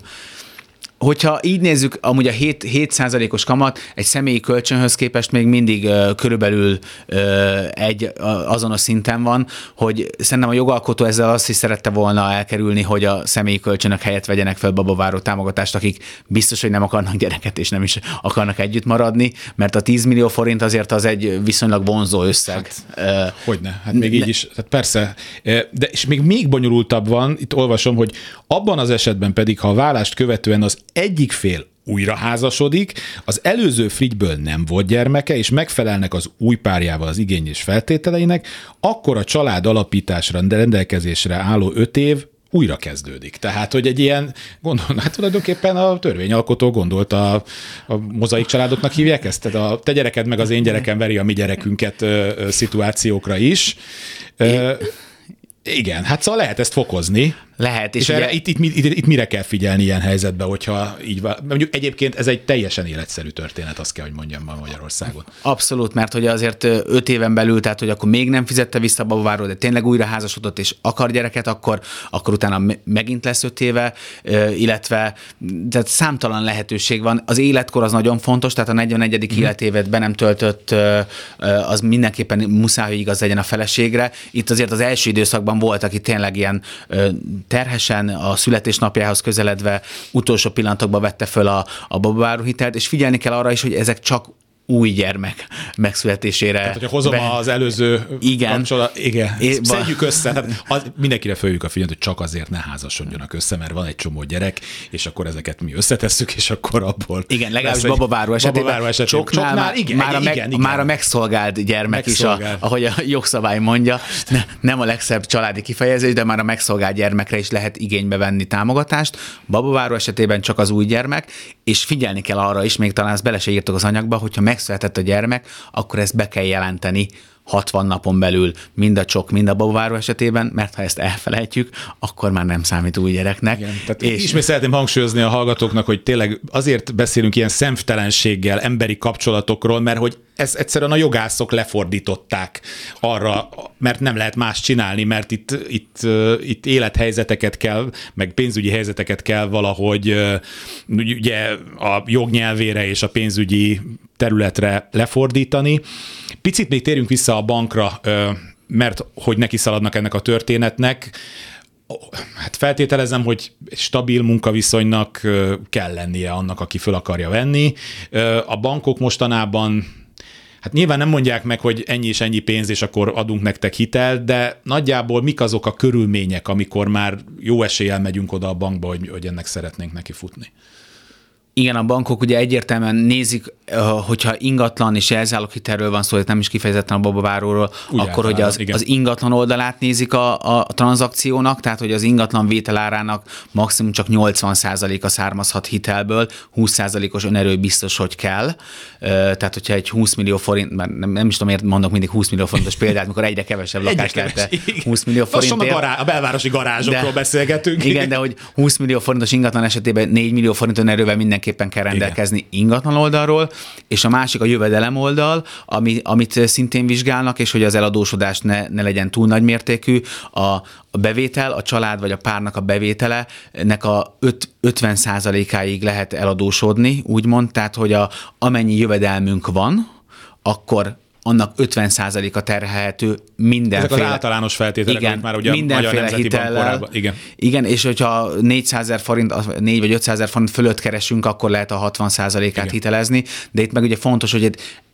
[SPEAKER 4] Hogyha így nézzük, amúgy a hét százalékos kamat egy személyi kölcsönhöz képest még mindig uh, körülbelül uh, egy uh, azonos szinten van, hogy szerintem a jogalkotó ezzel azt is szerette volna elkerülni, hogy a személyi kölcsönök helyett vegyenek fel babaváró támogatást, akik biztos, hogy nem akarnak gyereket, és nem is akarnak együtt maradni, mert a tíz millió forint azért az egy viszonylag vonzó összeg.
[SPEAKER 5] Hát, uh, hogyne, hát még ne, így is, tehát persze, de és még még bonyolultabb van, itt olvasom, hogy abban az esetben pedig, ha a válást követően az egyik fél újra házasodik, az előző frigyből nem volt gyermeke, és megfelelnek az új párjával az igény és feltételeinek, akkor a család alapításra rendelkezésre álló öt év újra kezdődik. Tehát, hogy egy ilyen, gondol, hát tulajdonképpen a törvényalkotó gondolt a, a mozaik családoknak hívják ezt, tehát a te gyereked meg az én gyerekem veri a mi gyerekünket ö, ö, szituációkra is. Ö, igen, hát szóval lehet ezt fokozni.
[SPEAKER 4] Lehet.
[SPEAKER 5] És, és ugye... erre, itt, itt, itt, itt mire kell figyelni ilyen helyzetben, hogyha így van. Mondjuk egyébként ez egy teljesen életszerű történet, azt kell, hogy mondjam ma Magyarországon.
[SPEAKER 4] Abszolút, mert hogy azért öt éven belül, tehát hogy akkor még nem fizette vissza a babaváró, de tényleg újra házasodott és akar gyereket, akkor, akkor utána megint lesz öt éve, illetve tehát számtalan lehetőség van. Az életkor az nagyon fontos, tehát a negyvenegyedik Mm. életévet be nem töltött, az mindenképpen muszáj, hogy igaz legyen a feleségre. Itt azért az első időszakban volt, aki tényleg ilyen terhesen a születésnapjához közeledve utolsó pillanatokban vette föl a, a babaváró hitelt, és figyelni kell arra is, hogy ezek csak új gyermek megszületésére.
[SPEAKER 5] Tehát, hogyha hozom be... az előző
[SPEAKER 4] igen.
[SPEAKER 5] kapcsolat, igen, é, szedjük össze. Tehát az, mindenkire följük a figyelmet, hogy csak azért ne házasodjanak össze, mert van egy csomó gyerek, és akkor ezeket mi összetesszük, és akkor abból...
[SPEAKER 4] Igen, legalábbis babaváró esetében.
[SPEAKER 5] Babaváró esetében.
[SPEAKER 4] Csoknál, Csoknál igen, már, a meg, igen, igen. már a megszolgált gyermek megszolgált. is, a, ahogy a jogszabály mondja, ne, nem a legszebb családi kifejezés, de már a megszolgált gyermekre is lehet igénybe venni támogatást. Babaváró esetében csak az új gyermek, és figyelni kell arra is, még talán ezt bele se írtok az anyagba, hogyha megszületett a gyermek, akkor ezt be kell jelenteni hatvan napon belül mind a csok, mind a babaváró esetében, mert ha ezt elfelejtjük, akkor már nem számít új gyereknek.
[SPEAKER 5] Igen, tehát és... ismét szeretném hangsúlyozni a hallgatóknak, hogy tényleg azért beszélünk ilyen szemtelenséggel, emberi kapcsolatokról, mert hogy ezt egyszerűen a jogászok lefordították arra, mert nem lehet más csinálni, mert itt, itt, itt élethelyzeteket kell, meg pénzügyi helyzeteket kell valahogy ugye a jognyelvére és a pénzügyi területre lefordítani. Picit még térjünk vissza a bankra, mert hogy neki szaladnak ennek a történetnek. Hát feltételezem, hogy stabil munkaviszonynak kell lennie annak, aki föl akarja venni. A bankok mostanában hát nyilván nem mondják meg, hogy ennyi és ennyi pénz, és akkor adunk nektek hitelt, de nagyjából mik azok a körülmények, amikor már jó eséllyel megyünk oda a bankba, hogy, hogy ennek szeretnénk neki futni?
[SPEAKER 4] Igen, a bankok ugye egyértelműen nézik, hogyha ingatlan és jelzáloghitelről van szó, hogy nem is kifejezetten a babaváróról, ugye, akkor hogy az, az ingatlan oldalát nézik a, a tranzakciónak, tehát hogy az ingatlan vételárának maximum csak nyolcvan százaléka származhat hitelből, húsz százalékos önerő biztos, hogy kell. Tehát, hogyha egy húsz millió forint, nem, nem is tudom, miért mondok mindig húsz millió forintos példát, mikor egyre kevesebb lakás lehet húsz millió forintért.
[SPEAKER 5] A, gará- a belvárosi garázsokról de, beszélgetünk.
[SPEAKER 4] Igen, de hogy húsz millió forintos ingatlan esetében négy millió forint önerővel mindenképpen kell rendelkezni igen. ingatlan oldalról, és a másik a jövedelem oldal, ami, amit szintén vizsgálnak, és hogy az eladósodás ne, ne legyen túl nagy mértékű. A, a bevétel, a család vagy a párnak a bevétele, nek a ötven százalékáig lehet eladósodni, úgymond, tehát hogy a, amennyi jövedelmünk van, akkor annak ötven százaléka terhelhető mindenféle...
[SPEAKER 5] Ezek az általános feltételek,
[SPEAKER 4] igen,
[SPEAKER 5] amit már ugye a Magyar Nemzeti Bank korábban. Igen.
[SPEAKER 4] Igen, és hogyha négyszázezer forint, négy vagy ötszázezer forint fölött keresünk, akkor lehet a hatvan százalékát igen. hitelezni, de itt meg ugye fontos, hogy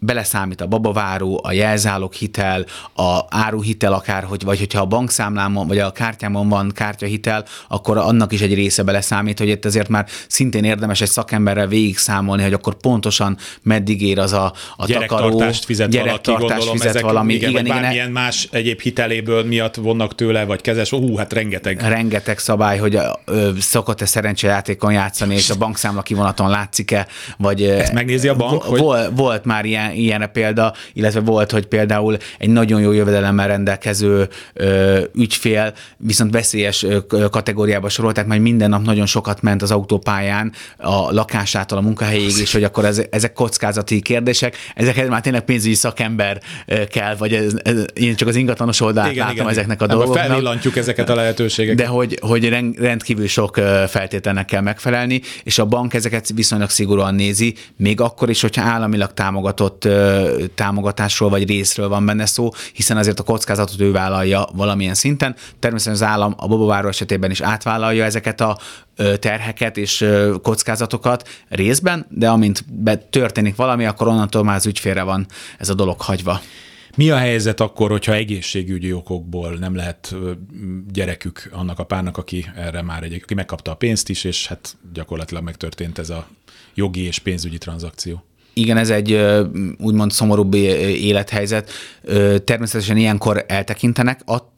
[SPEAKER 4] beleszámít a babaváró, a jelzáloghitel, a áruhitel akár, hogy, vagy hogyha a bankszámlámon, vagy a kártyámon van kártyahitel, akkor annak is egy része beleszámít, hogy itt azért már szintén érdemes egy szakemberrel végig számolni, hogy akkor pontosan meddig ér az a, a
[SPEAKER 5] gyerektartást
[SPEAKER 4] takaró,
[SPEAKER 5] fizet
[SPEAKER 4] gyerektartást
[SPEAKER 5] valaki, gondolom,
[SPEAKER 4] fizet
[SPEAKER 5] ezek,
[SPEAKER 4] valami.
[SPEAKER 5] Igen,
[SPEAKER 4] igen,
[SPEAKER 5] vagy
[SPEAKER 4] igen,
[SPEAKER 5] bármilyen más egyéb hiteléből miatt vonnak tőle, vagy kezes, hú, hát rengeteg.
[SPEAKER 4] Rengeteg szabály, hogy ö, szokott-e szerencsejátékon játszani, és a bankszámla kivonaton látszik-e, vagy...
[SPEAKER 5] Ezt megnézi a bank?
[SPEAKER 4] Vo- hogy... Volt már ilyen, ilyenre példa, illetve volt, hogy például egy nagyon jó jövedelemmel rendelkező ö, ügyfél, viszont veszélyes ö, kategóriába sorolták, mert minden nap nagyon sokat ment az autópályán a lakásától a munkahelyig, és hogy akkor ez, ezek kockázati kérdések, ezeket már tényleg pénzügyi szakember kell, vagy ez, ez, én csak az ingatlanos oldalát igen, látom igen, ezeknek a dolgoknak.
[SPEAKER 5] Felvillantjuk ezeket a lehetőségeket.
[SPEAKER 4] De hogy, hogy rendkívül sok feltételnek kell megfelelni, és a bank ezeket viszonylag szigorúan nézi, még akkor is, hogyha államilag támogatott támogatásról vagy részről van benne szó, hiszen azért a kockázatot ő vállalja valamilyen szinten. Természetesen az állam a babaváró esetében is átvállalja ezeket a terheket és kockázatokat részben, de amint történik valami, akkor onnantól már az ügyfélre van ez a dolog hagyva.
[SPEAKER 5] Mi a helyzet akkor, hogyha egészségügyi okokból nem lehet gyerekük annak a párnak, aki erre már egy, aki megkapta a pénzt is, és hát gyakorlatilag megtörtént ez a jogi és pénzügyi tranzakció?
[SPEAKER 4] Igen, ez egy úgymond szomorúbb élethelyzet. Természetesen ilyenkor eltekintenek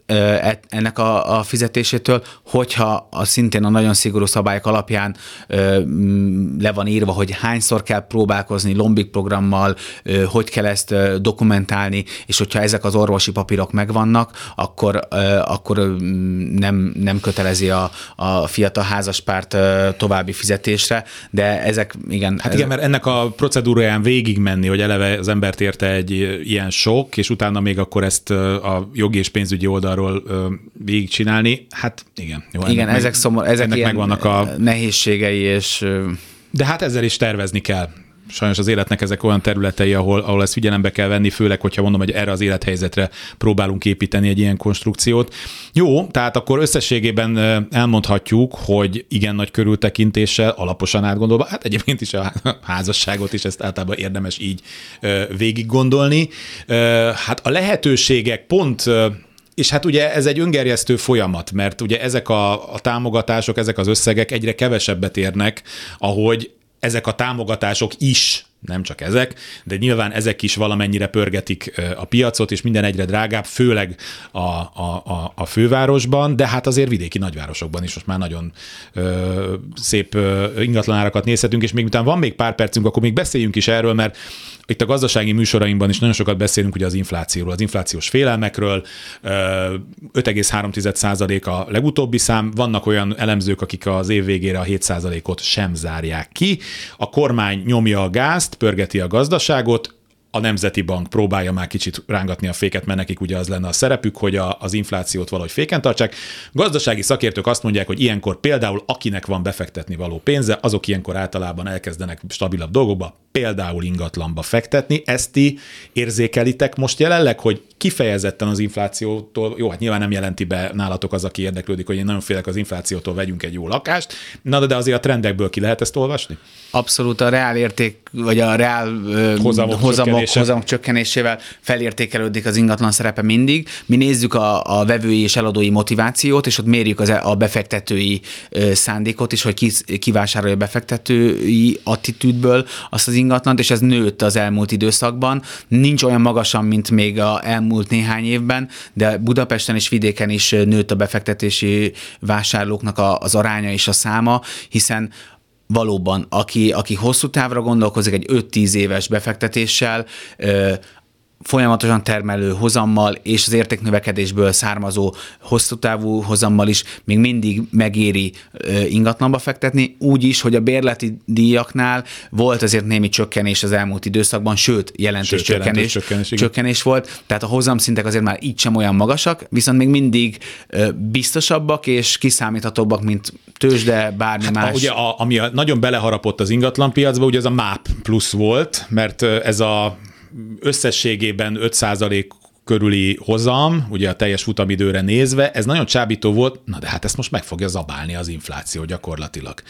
[SPEAKER 4] ennek a, a fizetésétől, hogyha a szintén a nagyon szigorú szabályok alapján ö, le van írva, hogy hányszor kell próbálkozni Lombik programmal, ö, hogy kell ezt ö, dokumentálni, és hogyha ezek az orvosi papírok megvannak, akkor, ö, akkor ö, nem, nem kötelezi a, a fiatal házaspárt ö, további fizetésre, de ezek, igen.
[SPEAKER 5] Hát igen, mert ennek a procedúráján végig menni, hogy eleve az embert érte egy ilyen sok, és utána még akkor ezt a jogi és pénzügyi oldal végigcsinálni, hát igen. Jó,
[SPEAKER 4] igen, ezek, meg, szomor, ezek ilyen megvannak a nehézségei, és...
[SPEAKER 5] De hát ezzel is tervezni kell. Sajnos az életnek ezek olyan területei, ahol, ahol ezt figyelembe kell venni, főleg, hogyha mondom, hogy erre az élethelyzetre próbálunk építeni egy ilyen konstrukciót. Jó, tehát akkor összességében elmondhatjuk, hogy igen nagy körültekintéssel, alaposan átgondolva, hát egyébként is a házasságot is ezt általában érdemes így végig gondolni. Hát a lehetőségek pont... És hát ugye ez egy öngerjesztő folyamat, mert ugye ezek a, a támogatások, ezek az összegek egyre kevesebbet érnek, ahogy ezek a támogatások is, nem csak ezek, de nyilván ezek is valamennyire pörgetik a piacot, és minden egyre drágább, főleg a, a, a, a fővárosban, de hát azért vidéki nagyvárosokban is most már nagyon ö, szép ö, ingatlanárakat nézhetünk, és még utána van még pár percünk, akkor még beszéljünk is erről, mert itt a gazdasági műsorainkban is nagyon sokat beszélünk ugye az inflációról, az inflációs félelmekről, öt egész három százalék a legutóbbi szám, vannak olyan elemzők, akik az év végére a hét százalékot sem zárják ki, a kormány nyomja a gázt, pörgeti a gazdaságot, a Nemzeti Bank próbálja már kicsit rángatni a féket, mert nekik ugye az lenne a szerepük, hogy a, az inflációt valahogy féken tartsák. Gazdasági szakértők azt mondják, hogy ilyenkor például akinek van befektetni való pénze, azok ilyenkor általában elkezdenek stabilabb dolgokba, például ingatlanba fektetni. Ezt ti érzékelitek most jelenleg, hogy kifejezetten az inflációtól, jó, hát nyilván nem jelenti be nálatok az, aki érdeklődik, hogy én nagyon félek az inflációtól, vegyünk egy jó lakást, na de azért a trendekből ki lehet ezt olvasni?
[SPEAKER 4] Abszolút a reál érték, vagy a reál hozamok, hozamok, hozamok csökkenésével felértékelődik az ingatlan szerepe mindig. Mi nézzük a, a vevői és eladói motivációt, és ott mérjük az, a befektetői szándékot is, hogy ki, ki vásárolja a befektetői attitűdből azt az ingatlant, és ez nőtt az elmúlt időszakban. Nincs olyan magasan, mint még a elmúlt néhány évben, de Budapesten és vidéken is nőtt a befektetési vásárlóknak a, az aránya és a száma, hiszen valóban, aki, aki hosszú távra gondolkozik egy öt-tíz éves befektetéssel, ö, folyamatosan termelő hozammal és az értéknövekedésből származó hosszú távú hozammal is még mindig megéri ingatlanba fektetni, úgy is, hogy a bérleti díjaknál volt azért némi csökkenés az elmúlt időszakban, sőt, jelentős sőt, csökkenés, jelentős csökkenés, csökkenés volt, tehát a hozamszintek azért már így sem olyan magasak, viszont még mindig biztosabbak és kiszámíthatóbbak, mint tőzsde, bármi hát, más.
[SPEAKER 5] Ugye, a, ami a, nagyon beleharapott az ingatlanpiacba, ugye ez a MÁP plusz volt, mert ez a összességében öt százalék körüli hozam, ugye a teljes futamidőre nézve, ez nagyon csábító volt, na de hát ezt most meg fogja zabálni az infláció gyakorlatilag.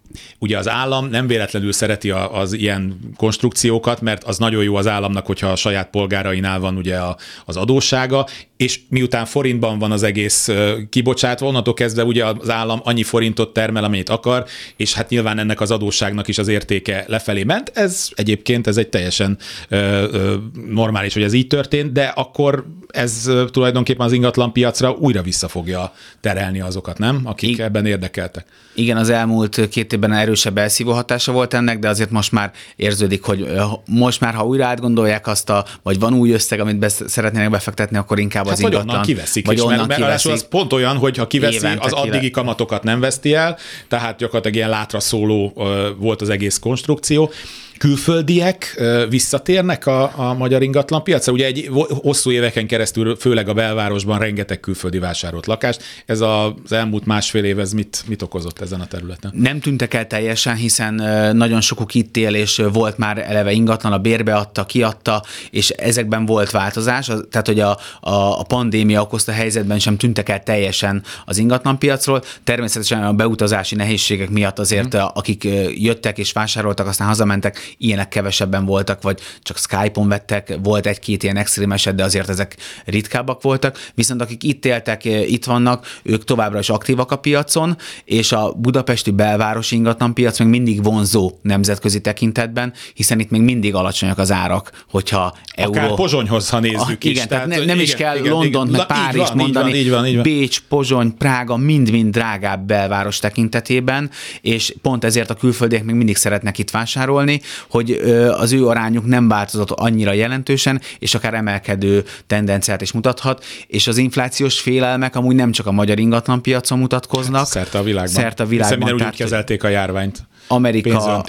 [SPEAKER 5] Ugye az állam nem véletlenül szereti az ilyen konstrukciókat, mert az nagyon jó az államnak, hogyha a saját polgárainál van ugye az adóssága, és miután forintban van az egész kibocsátva, onnantól kezdve ugye az állam annyi forintot termel, amennyit akar, és hát nyilván ennek az adósságnak is az értéke lefelé ment. Ez egyébként ez egy teljesen ö, ö, normális, hogy ez így történt, de akkor ez tulajdonképpen az ingatlan piacra újra vissza fogja terelni azokat, nem? Akik I- ebben érdekeltek. Igen, az elmúlt két évben erősebb elszívó hatása volt ennek, de azért most már érződik, hogy most már, ha újra átgondolják azt a, vagy van új összeg, amit be, szeretnének befektetni, akkor inkább hát az ingatlan. Vagy onnan kiveszik, vagy is, onnan mert, kiveszik. Az pont olyan, hogy ha kiveszi, az addigi kamatokat nem veszti el, tehát gyakorlatilag ilyen látra szóló uh, volt az egész konstrukció. Külföldiek visszatérnek a, a magyar ingatlanpiacra? Ugye egy hosszú éveken keresztül, főleg a belvárosban rengeteg külföldi vásárolt lakást. Ez az elmúlt másfél év, ez mit, mit okozott ezen a területen? Nem tűntek el teljesen, hiszen nagyon sokuk itt él, és volt már eleve ingatlan, a bérbe adta, kiadta, és ezekben volt változás. Tehát, hogy a, a, a pandémia okozta helyzetben sem tűntek el teljesen az ingatlanpiacról. Természetesen a beutazási nehézségek miatt azért, hmm. akik jöttek és vásároltak, aztán hazamentek, ilyenek kevesebben voltak, vagy csak Skype-on vettek, volt egy-két ilyen extrém eset, de azért ezek ritkábbak voltak, viszont akik itt éltek, itt vannak, ők továbbra is aktívak a piacon, és a budapesti belvárosi ingatlanpiac még mindig vonzó nemzetközi tekintetben, hiszen itt még mindig alacsonyak az árak, hogyha euró... Akár Pozsonyhoz, ha nézzük a, is. Igen, tehát, tehát ne, nem igen, is kell igen, Londont, meg Párizst mondani, így van, így van. Bécs, Pozsony, Prága mind-mind drágább belváros tekintetében, és pont ezért a külföldiek még mindig szeretnek itt vásárolni, hogy az ő arányuk nem változott annyira jelentősen, és akár emelkedő tendenciát is mutathat, és az inflációs félelmek amúgy nem csak a magyar ingatlanpiacon mutatkoznak. Szerte a világban. Szerte a világban. Hiszen minden úgy kezelték a járványt. Amerika,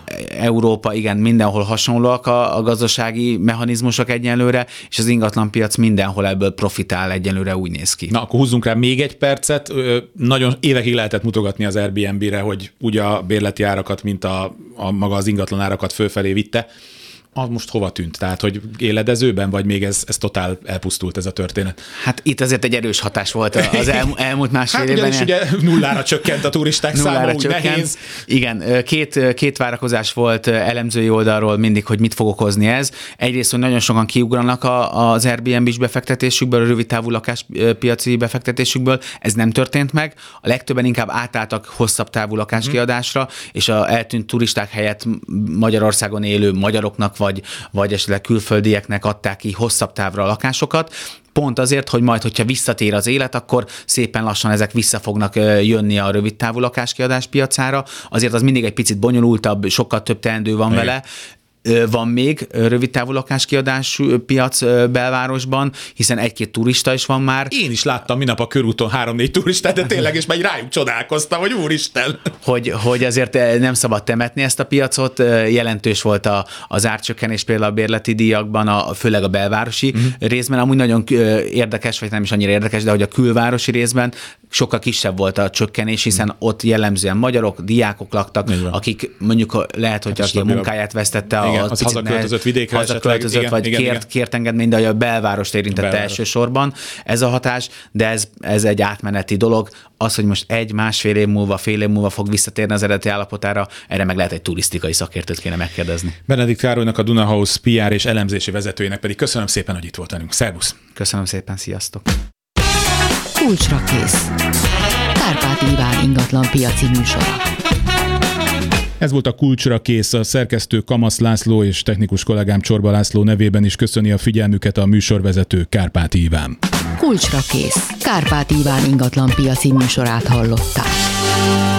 [SPEAKER 5] Európa, igen, mindenhol hasonlóak a, a gazdasági mechanizmusok egyenlőre, és az ingatlanpiac mindenhol ebből profitál egyenlőre, úgy néz ki. Na, akkor húzzunk rá még egy percet. Nagyon évekig lehetett mutogatni az Airbnb-re, hogy úgy a bérleti árakat, mint a, a maga az ingatlan árakat fölfelé vitte. Az most hova tűnt? Tehát, hogy éledezőben, vagy még ez, ez totál elpusztult ez a történet? Hát itt azért egy erős hatás volt az el, elmúlt másfél hát évben. Hát ugye nullára csökkent a turisták száma, úgy nehéz. Igen, két, két várakozás volt elemzői oldalról mindig, hogy mit fog okozni ez. Egyrészt, hogy nagyon sokan kiugranak a, az Airbnb-s befektetésükből, a rövidtávú lakáspiaci befektetésükből. Ez nem történt meg. A legtöbben inkább átálltak hosszabb távú lakáskiadásra, hmm. és a eltűnt turisták helyett Magyarországon élő magyaroknak vagy, vagy esetleg külföldieknek adták ki hosszabb távra a lakásokat, pont azért, hogy majd, hogyha visszatér az élet, akkor szépen lassan ezek vissza fognak jönni a rövidtávú lakáskiadás piacára. Azért az mindig egy picit bonyolultabb, sokkal több teendő van Igen. vele. Van még rövidtávú lakáskiadású piac belvárosban, hiszen egy-két turista is van már. Én is láttam minap a körúton három-négy turistát, de tényleg, és majd rájuk csodálkoztam, hogy úristen. Hogy, hogy azért nem szabad temetni ezt a piacot, jelentős volt a, az árcsökkenés például a bérleti díjakban, a, főleg a belvárosi uh-huh. részben, amúgy nagyon érdekes, vagy nem is annyira érdekes, de hogy a külvárosi részben sokkal kisebb volt a csökkenés, hiszen uh-huh. ott jellemzően magyarok, diákok laktak, akik mondjuk lehet, hogy hát aki a munkáját vesztette, igen, az hazaköltözött vidékre, hazaköltözött, esetleg, vagy igen, kért, igen. kért engedményt, de a belvárost érintette Belváros. elsősorban ez a hatás, de ez, ez egy átmeneti dolog. Az, hogy most egy, másfél év múlva, fél év múlva fog visszatérni az eredeti állapotára, erre meg lehet egy turisztikai szakértőt kéne megkérdezni. Benedikt Károlynak, a Duna House pé er és elemzési vezetőjének pedig köszönöm szépen, hogy itt volt velünk. Szervusz! Köszönöm szépen, sziasztok!
[SPEAKER 1] Kulcsra kész. Kárpáti Iván ingatlan piaci műsora.
[SPEAKER 5] Ez volt a Kulcsra kész, a szerkesztő Kamasz László és technikus kollégám Csorba László nevében is köszöni a figyelmüket a műsorvezető Kárpáti Iván.
[SPEAKER 1] Kulcsra kész. Kárpáti Iván ingatlan piaci műsorát hallották.